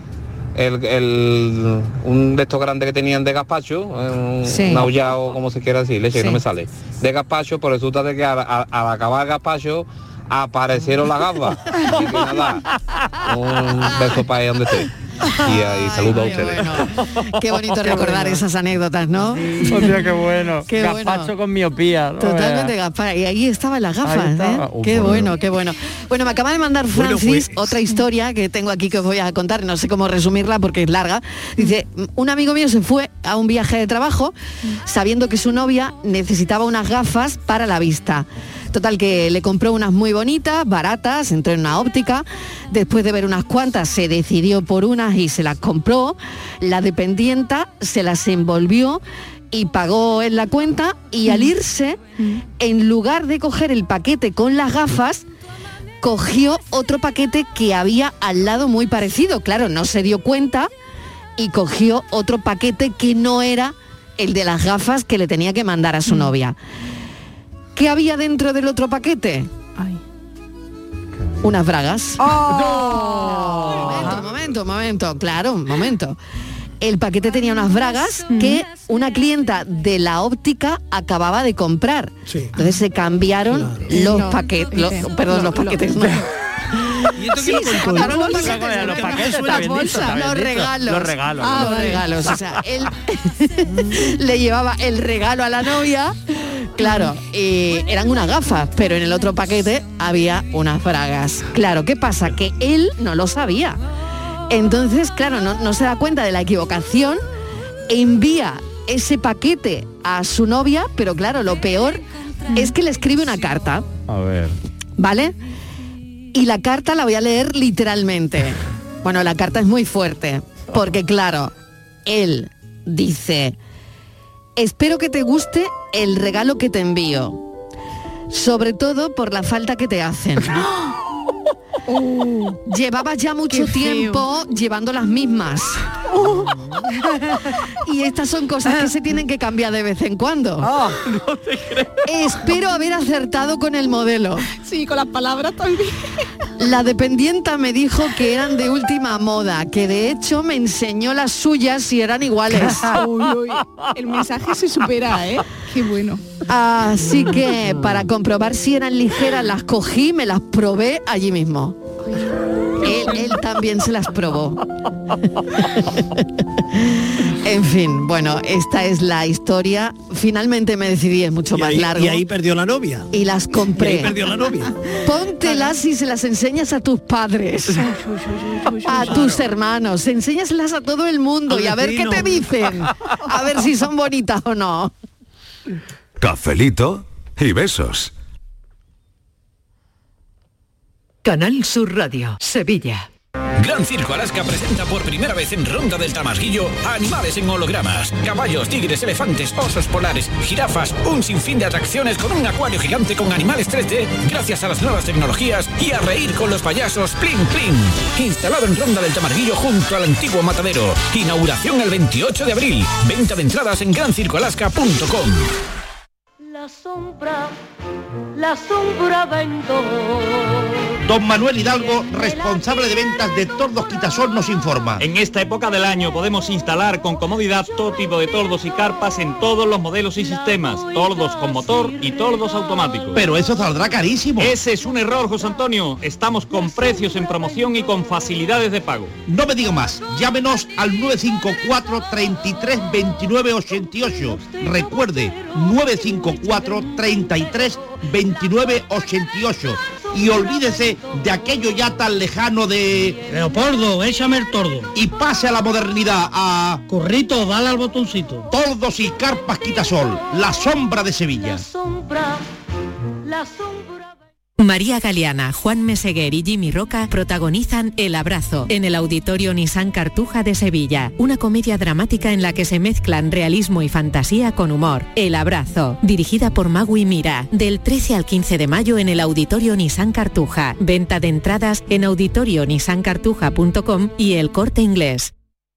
de estos grandes que tenían de gazpacho, un aullado, como se quiera decir, leche, que no me sale, de gazpacho, pues resulta de que al acabar el gazpacho aparecieron las gafas. Así que nada, un beso para ahí donde esté. Y saludo a ustedes. Bueno. Qué bonito recordar esas anécdotas, ¿no? Hostia, qué bueno. Qué Gazpacho bueno. con miopía. Totalmente gafas. Y ahí estaban las gafas, Ahí estaba. ¿eh? Qué bueno, qué bueno. Bueno, me acaba de mandar Francis otra historia que tengo aquí que os voy a contar, no sé cómo resumirla porque es larga. Dice, un amigo mío se fue a un viaje de trabajo sabiendo que su novia necesitaba unas gafas para la vista. Total, que le compró unas muy bonitas, baratas, entró en una óptica, después de ver unas cuantas se decidió por unas y se las compró, la dependienta se las envolvió y pagó en la cuenta, y al irse, en lugar de coger el paquete con las gafas, cogió otro paquete que había al lado muy parecido. Claro, no se dio cuenta y cogió otro paquete que no era el de las gafas que le tenía que mandar a su novia. ¿Qué había dentro del otro paquete? Unas bragas. Momento, claro, un momento. El paquete tenía unas bragas que una clienta de la óptica acababa de comprar. Entonces se cambiaron los paquetes, los paquetes. Sí, se acabaron los paquetes, los regalos. O sea, él le llevaba el regalo a la novia. Claro, eran unas gafas, pero en el otro paquete había unas bragas. Claro, ¿qué pasa? Que él no lo sabía. Entonces, claro, no se da cuenta de la equivocación, envía ese paquete a su novia, pero claro, lo peor es que le escribe una carta. A ver. ¿Vale? Y la carta la voy a leer literalmente. Bueno, la carta es muy fuerte, porque claro, él dice: espero que te guste el regalo que te envío, sobre todo por la falta que te hacen. Llevabas ya mucho tiempo llevando las mismas. Y estas son cosas que se tienen que cambiar de vez en cuando. No te creo. Espero haber acertado con el modelo. Sí, con las palabras también. La dependienta me dijo que eran de última moda, que de hecho me enseñó las suyas y eran iguales. Uy, el mensaje se supera, ¿eh? Qué bueno. Así que para comprobar si eran ligeras las cogí, me las probé allí mismo. Él también se las probó. En fin, bueno, esta es la historia. Finalmente me decidí, es mucho más largo. Y ahí perdió la novia. Y las compré. Y ahí perdió la novia. Póntelas y se las enseñas a tus padres, a tus hermanos, enséñaselas a todo el mundo y a ver qué te dicen. A ver si son bonitas o no. Cafelito y besos. Canal Sur Radio, Sevilla. Gran Circo Alaska presenta por primera vez en Ronda del Tamarguillo animales en hologramas, caballos, tigres, elefantes, osos polares, jirafas, un sinfín de atracciones con un acuario gigante con animales 3D gracias a las nuevas tecnologías y a reír con los payasos Plin Plin. Instalado en Ronda del Tamarguillo junto al antiguo matadero. Inauguración el 28 de abril. Venta de entradas en grancircoalaska.com. La sombra vento. Don Manuel Hidalgo, responsable de ventas de Tordos Quitasol, nos informa. En esta época del año podemos instalar con comodidad todo tipo de tordos y carpas en todos los modelos y sistemas, tordos con motor y tordos automáticos. Pero eso saldrá carísimo. Ese es un error, José Antonio. Estamos con precios en promoción y con facilidades de pago. No me digo más, llámenos al 954 33 29 88. Recuerde, 954 33 29 88. Y olvídese de aquello ya tan lejano de... Leopoldo, échame el tordo. Y pase a la modernidad, a... Currito, dale al botoncito. Tordos y carpas Quitasol, la sombra de Sevilla. La sombra. María Galeana, Juan Meseguer y Jimmy Roca protagonizan El Abrazo en el Auditorio Nissan Cartuja de Sevilla, una comedia dramática en la que se mezclan realismo y fantasía con humor. El Abrazo, dirigida por Magui Mira, del 13 al 15 de mayo en el Auditorio Nissan Cartuja. Venta de entradas en auditorionissancartuja.com y El Corte Inglés.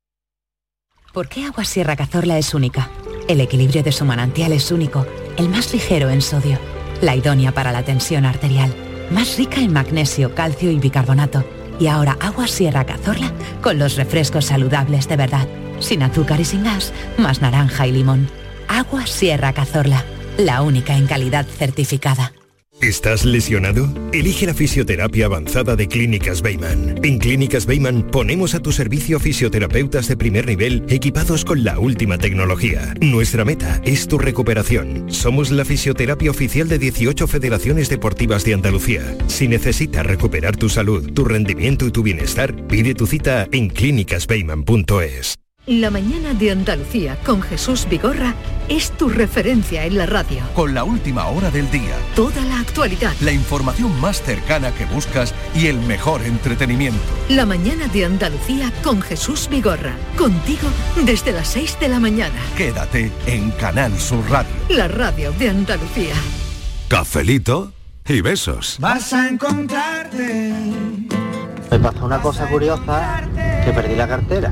¿Por qué Agua Sierra Cazorla es única? El equilibrio de su manantial es único, el más ligero en sodio, la idónea para la tensión arterial, más rica en magnesio, calcio y bicarbonato. Y ahora Agua Sierra Cazorla con los refrescos saludables de verdad, sin azúcar y sin gas, más naranja y limón. Agua Sierra Cazorla, la única en calidad certificada. ¿Estás lesionado? Elige la fisioterapia avanzada de Clínicas Beiman. En Clínicas Beiman ponemos a tu servicio fisioterapeutas de primer nivel equipados con la última tecnología. Nuestra meta es tu recuperación. Somos la fisioterapia oficial de 18 federaciones deportivas de Andalucía. Si necesitas recuperar tu salud, tu rendimiento y tu bienestar, pide tu cita en clínicasbeiman.es. La mañana de Andalucía con Jesús Vigorra es tu referencia en la radio. Con la última hora del día, Toda la actualidad. la información más cercana que buscas y el mejor entretenimiento. La mañana de Andalucía con Jesús Vigorra. Contigo desde las 6 de la mañana. Quédate en Canal Sur Radio. La radio de Andalucía. Cafelito y besos. Vas a encontrarte. Me pasó una cosa curiosa, que perdí la cartera.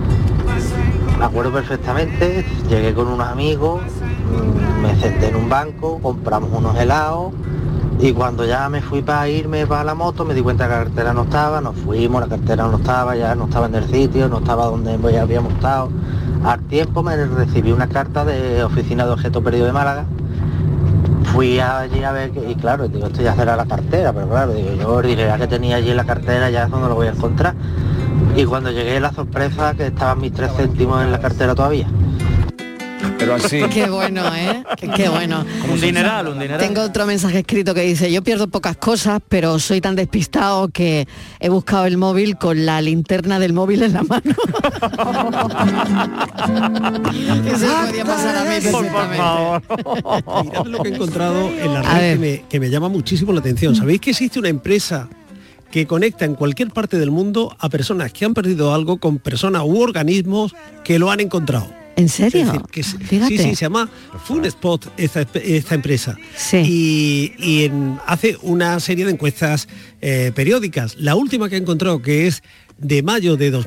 Me acuerdo perfectamente, llegué con unos amigos, me senté en un banco, compramos unos helados y cuando ya me fui para irme para la moto me di cuenta que la cartera no estaba, nos fuimos, la cartera no estaba, ya no estaba en el sitio, no estaba donde ya habíamos estado. Al tiempo me recibí una carta de Oficina de Objetos Perdidos de Málaga. Fui allí a ver, y claro, digo, esto ya será la cartera, pero claro, digo, yo el dinero que tenía allí en la cartera ya es donde lo voy a encontrar. Y cuando llegué la sorpresa que estaban mis 3 céntimos en la cartera todavía. Pero así. Qué bueno, ¿eh? Qué bueno. Como un dineral, un dineral. Tengo otro mensaje escrito que dice: yo pierdo pocas cosas, pero soy tan despistado que he buscado el móvil con la linterna del móvil en la mano. Eso podría pasar a mí perfectamente. Mirad lo que he encontrado en la red que me llama muchísimo la atención. ¿Sabéis que existe una empresa que conecta en cualquier parte del mundo a personas que han perdido algo con personas u organismos que lo han encontrado? ¿En serio? Es decir, que Fíjate. sí, se llama Funspot esta empresa. Sí. Y hace una serie de encuestas periódicas. La última que he encontrado, que es de mayo de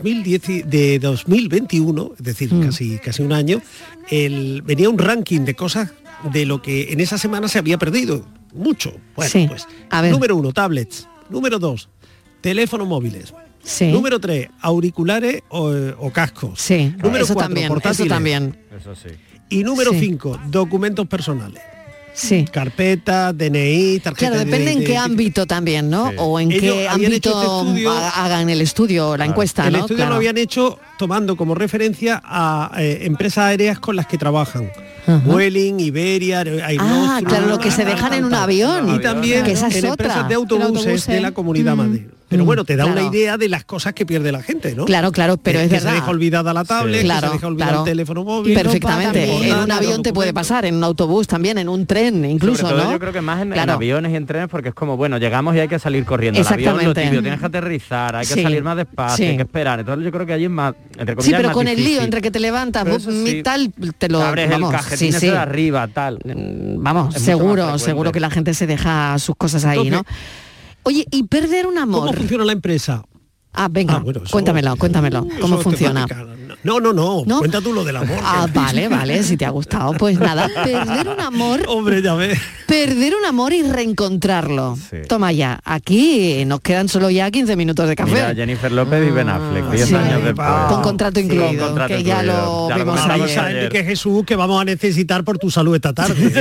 2021, es decir, casi un año, venía un ranking de cosas de lo que en esa semana se había perdido. Mucho. Bueno, Sí. pues A ver. número 1, tablets. Número 2, teléfonos móviles. Sí. Número 3, auriculares o cascos. Sí, Número eso 4, también, portátiles. eso también. Eso sí. Y número Sí. 5, documentos personales. Sí. Carpeta, DNI, tarjeta Claro, depende en qué ámbito también, ¿no? O en Ellos qué habían hecho ámbito este estudio. hagan el estudio, la encuesta, El ¿no? estudio Claro. lo habían hecho tomando como referencia a empresas aéreas con las que trabajan. Vueling, Iberia, Air Claro, lo que se dejan en un avión. Y también que esa es en otra. empresas de autobuses de la Comunidad Madrid. Pero bueno, te da claro. una idea de las cosas que pierde la gente, ¿no? Claro, pero es que verdad. se deja olvidada la tablet, Claro, que se deja olvidado claro. el teléfono móvil. Perfectamente. En un avión te puede pasar, en un autobús también, en un tren incluso, Sobre todo, ¿no? yo creo que más en Claro. aviones y en trenes, porque es como, bueno, llegamos y hay que salir corriendo. El avión, lo Exactamente. tibio, tienes que aterrizar, hay que Sí, salir más despacio, sí. hay que esperar. Entonces yo creo que allí es más, entre comillas, Sí, es pero más con el lío difícil. entre que te levantas, Pero vos, eso sí, tal, te lo abres vamos, el cajetín ese de arriba, tal. Vamos, Es mucho más seguro, frecuente. seguro que la gente se deja sus cosas ahí, ¿no? Oye, y perder un amor. ¿Cómo funciona la empresa? Ah, venga, bueno, eso- cuéntamelo, ¿cómo Eso funciona? temática. No, cuenta tú lo del amor. Ah, vale, si te ha gustado, pues nada, perder un amor. Hombre, ya ves. Perder un amor y reencontrarlo. Toma ya, aquí nos quedan solo ya 15 minutos de café. Mira, Jennifer López y Ben Affleck, 10 sí. años después. Con contrato incluido, Con contrato que ya incluido. lo Ya vimos comentamos ayer. Enrique Jesús, que vamos a necesitar por tu salud esta tarde.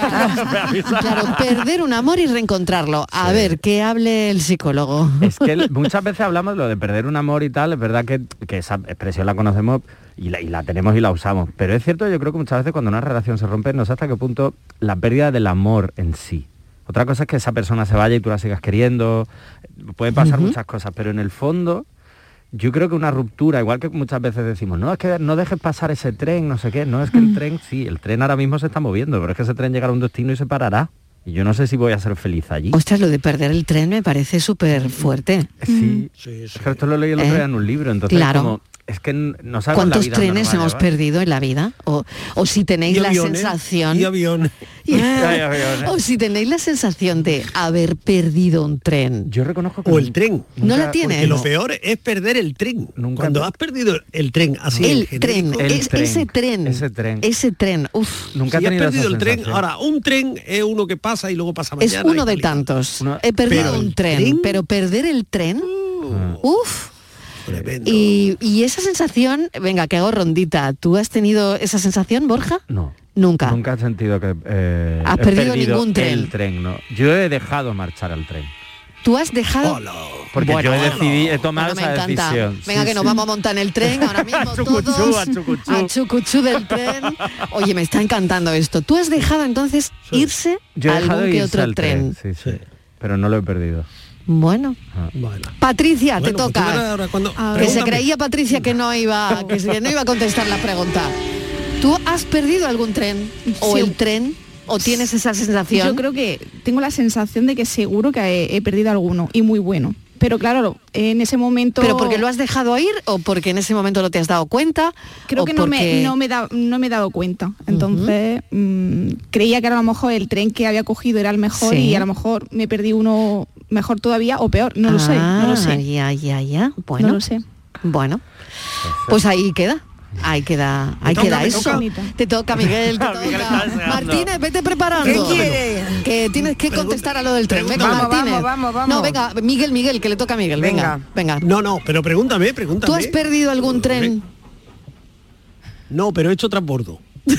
Claro, perder un amor y reencontrarlo. A ver, que hable el psicólogo. Es que muchas veces hablamos de lo de perder un amor y tal, es verdad que esa expresión la conocemos y la tenemos y la usamos, pero es cierto, yo creo que muchas veces cuando una relación se rompe, no sé hasta qué punto la pérdida del amor en sí. Otra cosa es que esa persona se vaya y tú la sigas queriendo, pueden pasar muchas cosas, pero en el fondo yo creo que una ruptura, igual que muchas veces decimos, no, es que no dejes pasar ese tren, no sé qué, no, es que el tren, sí, el tren ahora mismo se está moviendo, pero es que ese tren llegará a un destino y se parará. Y yo no sé si voy a ser feliz allí. Ostras, lo de perder el tren me parece súper fuerte. Sí, es que esto lo leí el otro día en un libro, entonces Claro. como, es que no sabes la ¿Cuántos vida trenes dónde nos va a hemos llevar. perdido en la vida? O si tenéis Y la aviones, sensación... y aviones. Hay aviones. O si tenéis la sensación de haber perdido un tren. Yo reconozco que O el tren. ¿No la tienes? Porque lo peor es perder el tren. Cuando has perdido el tren, así El en tren, genérico. ese tren, uff. Nunca Si he has tenido perdido esa el tren, sensación. ahora un tren es uno que pasa y luego pasa Es mañana. uno de tantos. He perdido Pero un el tren, tren- pero perder el tren, uff. Y esa sensación, venga, que hago rondita. ¿Tú has tenido esa sensación, Borja? No. Nunca. Nunca he sentido que Has he perdido ningún tren. el tren, no. Yo he dejado marchar al tren. ¿Tú has dejado? Porque Bueno, he tomado Bueno, me esa encanta. decisión. Venga, Sí, que nos sí. vamos a montar en el tren ahora mismo A chucuchú, todos. a chucuchú. A chucuchú del tren. Oye, me está encantando esto. ¿Tú has dejado entonces irse Yo he dejado algún que irse otro al tren? Sí, sí. Pero no lo he perdido. Bueno. Patricia, Bueno, te pues tú toca. verás ahora cuando- Que se Pregúntame. creía Patricia que no iba a contestar la pregunta. ¿Tú has perdido algún tren? ¿O Sí. el tren? ¿O tienes esa sensación? Yo creo que tengo la sensación de que seguro que he perdido alguno y muy bueno. Pero claro, en ese momento... ¿Pero porque lo has dejado ir o porque en ese momento no te has dado cuenta? Creo o que no porque- me he dado cuenta. Entonces creía que a lo mejor el tren que había cogido era el mejor Sí. y a lo mejor me perdí uno mejor todavía o peor. No lo sé, no lo sé. Ya. Bueno, No lo sé. Bueno, pues ahí queda. Ahí queda me eso. toca. Te toca, Miguel, te toca. Martínez, vete preparando. ¿Qué quiere? Que tienes que contestar a lo del tren. Venga, Vamos, Martínez. vamos. No, venga, Miguel, que le toca a Miguel. Venga. No, pero pregúntame. ¿Tú has perdido algún tren? No, pero he hecho transbordo.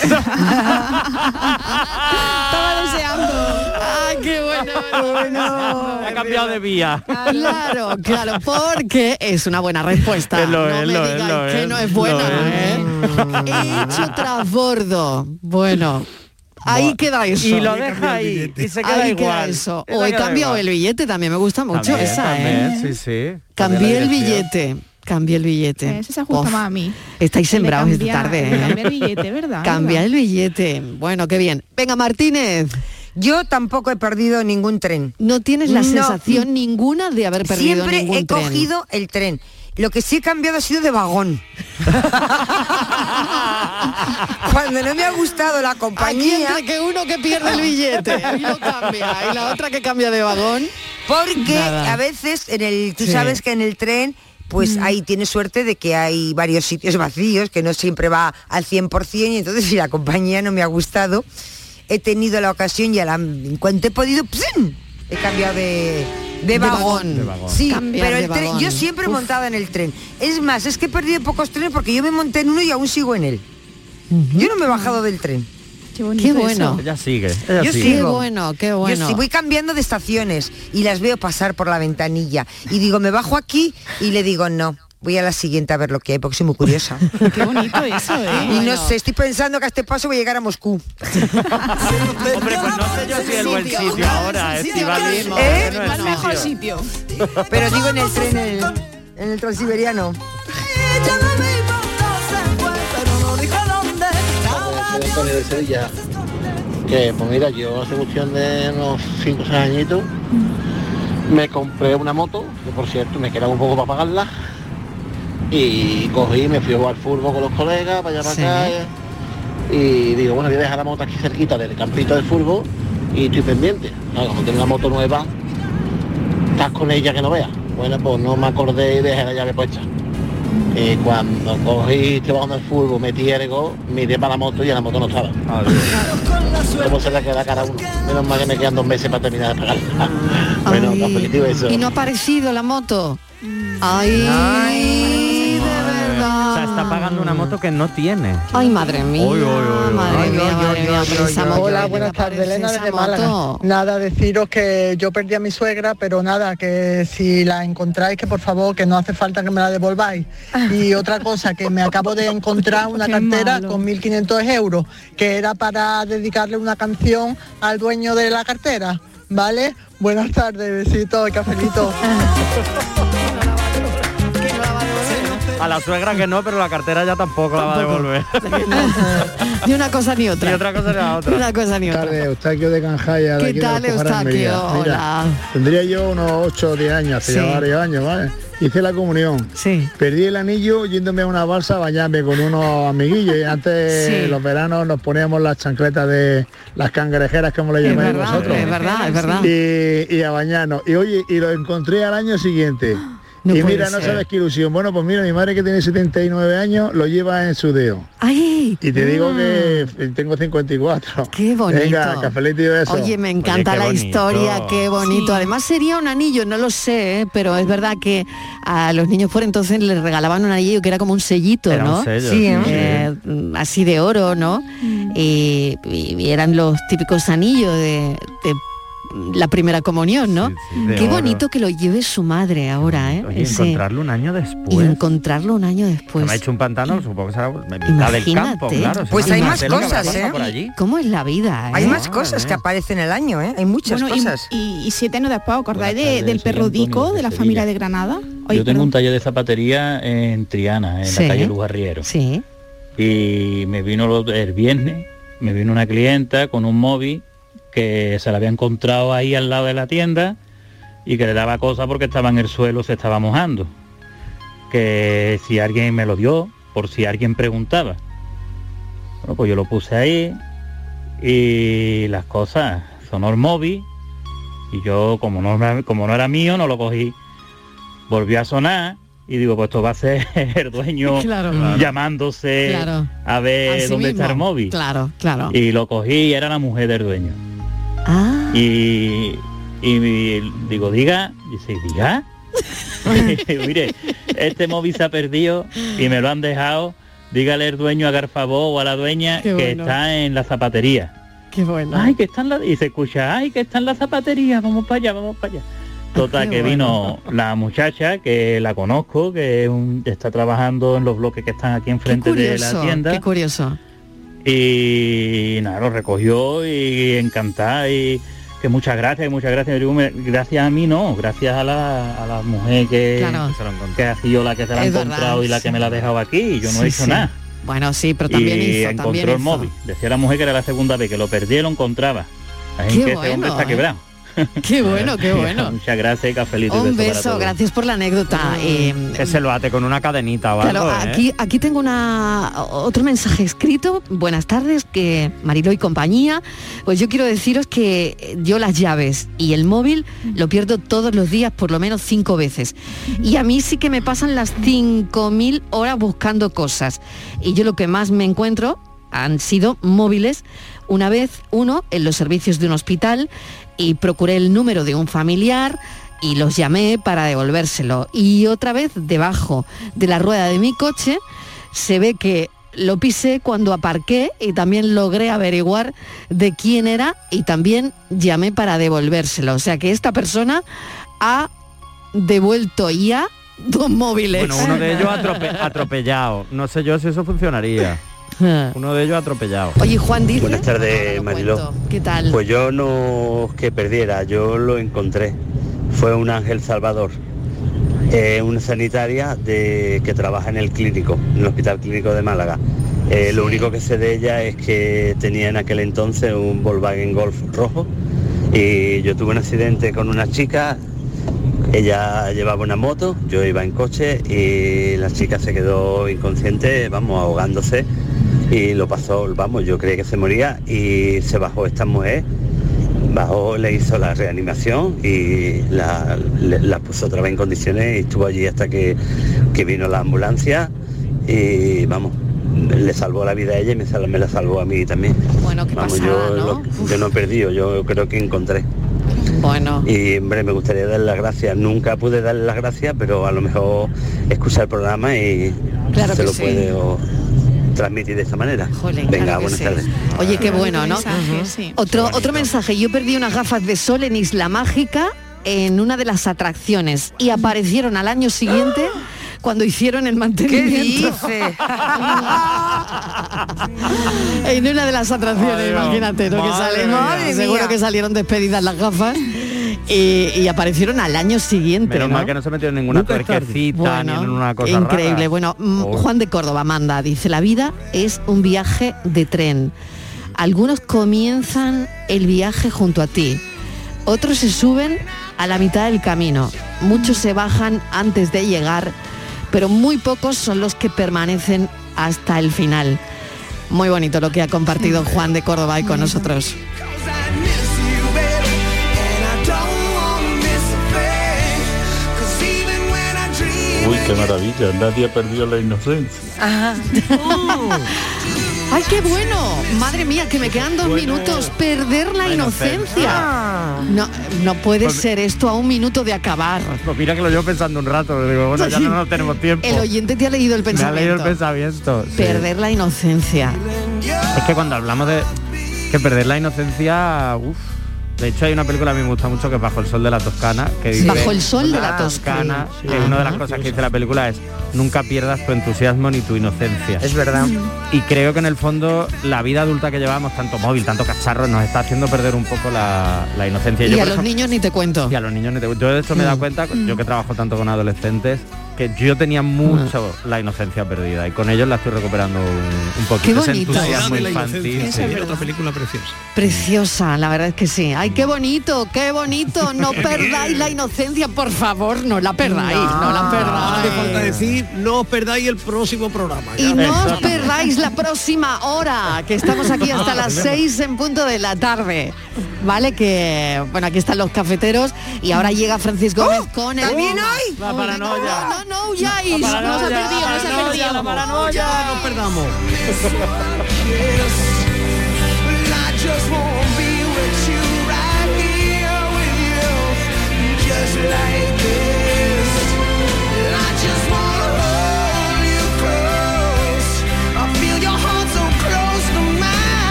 Estaba deseando. ¡Ay, qué bueno! Ha cambiado de vía. Claro, porque es una buena respuesta. Lo no es, me lo es, digáis lo que es, no es lo buena, es. He hecho transbordo. Bueno. Ahí queda eso. Y lo deja ahí. Y se queda Ahí queda igual. eso. Esa O he queda cambiado igual. el billete, también me gusta mucho También, esa, también, ¿eh? sí. Cambié el dirección. billete. Cambié el billete. Ese se ajusta Uf, más a mí. Estáis El de sembrados esta cambiar- tarde, el de ¿eh? cambiar billete, ¿verdad? Cambiar el billete. Bueno, qué bien. Venga, Martínez. Yo tampoco he perdido ningún tren. No tienes la No. sensación ninguna de haber perdido Siempre ningún he tren. cogido el tren. Lo que sí he cambiado ha sido de vagón. Cuando no me ha gustado la Aquí compañía... entre que uno que pierde el billete y lo cambia y la otra que cambia de vagón. Porque Nada. a veces tú Sí. sabes que en el tren pues ahí tienes suerte de que hay varios sitios vacíos, que no siempre va al 100%, y entonces si la compañía no me ha gustado, he tenido la ocasión y en cuanto he podido, ¡psim!, he cambiado de vagón. Sí, Cambiar pero de el tren, vagón. yo siempre he montado en el tren. Es más, es que he perdido pocos trenes porque yo me monté en uno y aún sigo en él. Yo no me he bajado del tren. Qué bonito Qué bueno. eso. Ella sigue. Yo sigue. Qué bueno, qué bueno. Yo sí voy cambiando de estaciones y las veo pasar por la ventanilla y digo, me bajo aquí y le digo, no, voy a la siguiente a ver lo que hay, porque soy muy curiosa. Qué bonito eso, Y no sé, estoy pensando que a este paso voy a llegar a Moscú. Hombre, pues no sé yo si es el buen sitio ahora, Estivali. No el mejor sitio. Pero digo en el tren, en el transiberiano. Antonio de Sevilla, que pues mira, yo hace cuestión de unos 5 o 6 añitos me compré una moto, que por cierto me quedaba un poco para pagarla, y cogí, me fui a jugar fútbol con los colegas para allá para acá, y digo, bueno, voy a dejar la moto aquí cerquita del campito de fútbol y estoy pendiente. Claro, como tengo una moto nueva, estás con ella que no veas. Bueno, pues no me acordé y dejé la llave puesta. Y cuando cogí, estoy bajando el fútbol, metí ergo, miré para la moto y la moto no estaba. ¿Cómo se le queda a cada uno? Menos mal que me quedan 2 meses para terminar de pagarla. Bueno, positivo eso. Y no ha aparecido la moto. Ay, de verdad. O sea, está pagando una moto que no tiene. Ay, madre mía. Madre mía. Hola, buenas tardes, Elena desde Málaga. Nada, deciros que yo perdí a mi suegra, pero nada, que si la encontráis, que por favor, que no hace falta que me la devolváis. Y otra cosa, que me acabo de encontrar una cartera con 1.500 euros, que era para dedicarle una canción al dueño de la cartera, ¿vale? Buenas tardes, besitos, cafelito. A la suegra que no, pero la cartera ya tampoco la va a devolver. Ni una cosa ni otra. Ni otra cosa ni la otra. Ni una cosa ni otra. Buenas tardes, Eustaquio de Canjaya. ¿Qué tal, Eustaquio? Hola. Tendría yo unos 8 o 10 años, hace ya varios años, ¿vale? Hice la comunión. Sí. Perdí el anillo yéndome a una balsa a bañarme con unos amiguillos. Y antes, los veranos, nos poníamos las chancletas de las cangrejeras, como le llamáis vosotros. Es verdad. Y a bañarnos. Y oye, y lo encontré al año siguiente. No y puede mira, no ser. sabes qué ilusión. Bueno, pues mira, mi madre que tiene 79 años lo lleva en su dedo. ¡Ay! Y te digo que tengo 54. ¡Qué bonito! Venga, cafelito y beso. Oye, me encanta la historia, qué bonito. Además sería un anillo, no lo sé, pero es verdad que a los niños por entonces les regalaban un anillo que era como un sellito, Era ¿no? un sello, Sí, sí. así de oro, ¿no? Y eran los típicos anillos de la primera comunión, ¿no? de Qué oro. bonito que lo lleve su madre ahora, ¿eh? Oye, encontrarlo un año Y después. encontrarlo un año Que después. me ha hecho un pantano, supongo que será en mitad del campo, claro. Pues hay más cosas, ¿eh? ¿eh? Por allí. ¿Cómo es la vida? Hay más cosas que aparecen en el año, ¿eh? Hay muchas Bueno, cosas. Y 7 años después, ¿os acordáis del perro Antonio Dico, de la de familia Sevilla. de Granada? Yo tengo un taller de zapatería en Triana, en Sí. la calle Lugarriero. Sí. Y me vino el viernes, me vino una clienta con un móvil que se la había encontrado ahí al lado de la tienda y que le daba cosa porque estaba en el suelo, se estaba mojando. Que si alguien me lo dio, por si alguien preguntaba. Bueno, pues yo lo puse ahí y las cosas, sonó el móvil y yo, como no era mío, no lo cogí. Volvió a sonar y digo, pues esto va a ser el dueño Claro. llamándose Claro. a ver Así dónde está el mismo. móvil. Claro. Y lo cogí y era la mujer del dueño. Ah. Y digo, diga, y dice, diga. Y digo, mire, este móvil se ha perdido y me lo han dejado. Dígale el dueño, haga el favor, o a la dueña, Qué que bueno. está en la zapatería. Qué bueno. Ay, que está en la... Y se escucha, ay, que está en la zapatería, vamos para allá, vamos para allá. Total, Qué que bueno. vino la muchacha, que la conozco, que está trabajando en los bloques que están aquí enfrente de la tienda. Qué curioso. Y nada, lo recogió y encantada y que muchas gracias. Yo digo, gracias a mí no, gracias a la mujer que ha sido la que se la ha Es encontrado verdad, y la que me la ha dejado aquí y yo no he Sí, hecho sí. nada. Bueno, sí, pero también y hizo, encontró también el hizo. móvil. Decía la mujer que era la segunda vez que lo perdí y lo encontraba. Así Qué que bueno, ese hombre está quebrado. Qué bueno, qué bueno. Muchas gracias, cafelito. y Un para beso, todos. gracias por la anécdota. Que se lo ate con una cadenita o Claro, algo, ¿eh? aquí tengo otro mensaje escrito. Buenas tardes, que Mariló y compañía. Pues yo quiero deciros que yo las llaves y el móvil lo pierdo todos los días, por lo menos 5 veces. Y a mí sí que me pasan las 5.000 horas buscando cosas. Y yo lo que más me encuentro han sido móviles. Una vez uno en los servicios de un hospital y procuré el número de un familiar y los llamé para devolvérselo. Y otra vez debajo de la rueda de mi coche se ve que lo pisé cuando aparqué y también logré averiguar de quién era y también llamé para devolvérselo. O sea que esta persona ha devuelto ya dos móviles. Bueno, uno de ellos atropellado. No sé yo si eso funcionaría. Uno de ellos atropellado. Oye, Juan dice... Buenas tardes, Mariló. ¿Qué tal? Pues yo no que perdiera, yo lo encontré. Fue un ángel salvador. Una sanitaria que trabaja en el clínico, en el Hospital Clínico de Málaga. Lo único que sé de ella es que tenía en aquel entonces un Volkswagen Golf rojo y yo tuve un accidente con una chica. Ella llevaba una moto, yo iba en coche y la chica se quedó inconsciente, ahogándose, y lo pasó, yo creí que se moría, y se bajó esta mujer, le hizo la reanimación y la puso otra vez en condiciones y estuvo allí hasta que vino la ambulancia y le salvó la vida a ella y me la salvó a mí también. Bueno, qué pasada, ¿no? Yo no he perdido, yo creo que encontré. Bueno. Y hombre, me gustaría darle las gracias. Nunca pude darle las gracias, pero a lo mejor escuchar el programa y claro se lo sí. puedo transmitir de esta manera. Jolín, venga, claro buenas sí. tardes. Oye, qué bueno, ¿no? Mensaje, sí. Otro mensaje. Yo perdí unas gafas de sol en Isla Mágica en una de las atracciones y aparecieron al año siguiente cuando hicieron el mantenimiento. ¿Qué dice? En una de las atracciones, Ay, imagínate, ¿no? Que salen, Madre seguro mía. que salieron despedidas las gafas y aparecieron al año siguiente. Menos ¿no? mal que no se metió en ninguna tuerquecita ni en una cosa increíble. rara. Bueno, Juan de Córdoba manda, dice, la vida es un viaje de tren. Algunos comienzan el viaje junto a ti, otros se suben a la mitad del camino, muchos se bajan antes de llegar, pero muy pocos son los que permanecen hasta el final. Muy bonito lo que ha compartido Juan de Córdoba ahí con nosotros. Uy, qué maravilla, nadie perdió la inocencia. Ajá. ¡Ay, qué bueno! Madre mía, que me quedan 2 minutos. Perder la inocencia. No puede ser esto a 1 minuto de acabar. Pues mira que lo llevo pensando un rato. Digo, bueno, ya no tenemos tiempo. El oyente te ha leído el pensamiento. Me ha leído el pensamiento. Sí. Perder la inocencia. Es que cuando hablamos de que perder la inocencia, de hecho hay una película que a mí me gusta mucho que es Bajo el sol de la Toscana, que dice, Bajo el sol de la Toscana, que una de las cosas que dice la película es nunca pierdas tu entusiasmo ni tu inocencia. Es verdad. Y creo que en el fondo la vida adulta que llevamos, tanto móvil, tanto cacharro, nos está haciendo perder un poco la inocencia. Y a los niños ni te cuento. Y a los niños ni te cuento. Yo de esto me he dado cuenta, yo que trabajo tanto con adolescentes, que yo tenía mucho la inocencia perdida y con ellos la estoy recuperando un poquito. Qué bonito. Ese entusiasmo infantil. Sí. Otra película preciosa. Preciosa, la verdad es que sí. ¡Ay, qué bonito, qué bonito! No perdáis la inocencia, por favor, no la perdáis, no la Ahora me falta perdáis. decir, no os perdáis el próximo programa. Y no os perdáis la próxima hora, que estamos aquí hasta las 6 en punto de la tarde. Vale, que bueno, aquí están los cafeteros y ahora llega Francisco Gómez con el... ¿También hoy? La paranoia. No huyáis, no se ha perdido, La paranoia. No nos perdamos.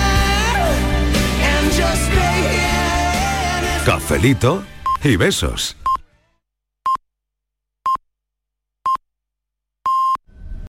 Cafelito y besos.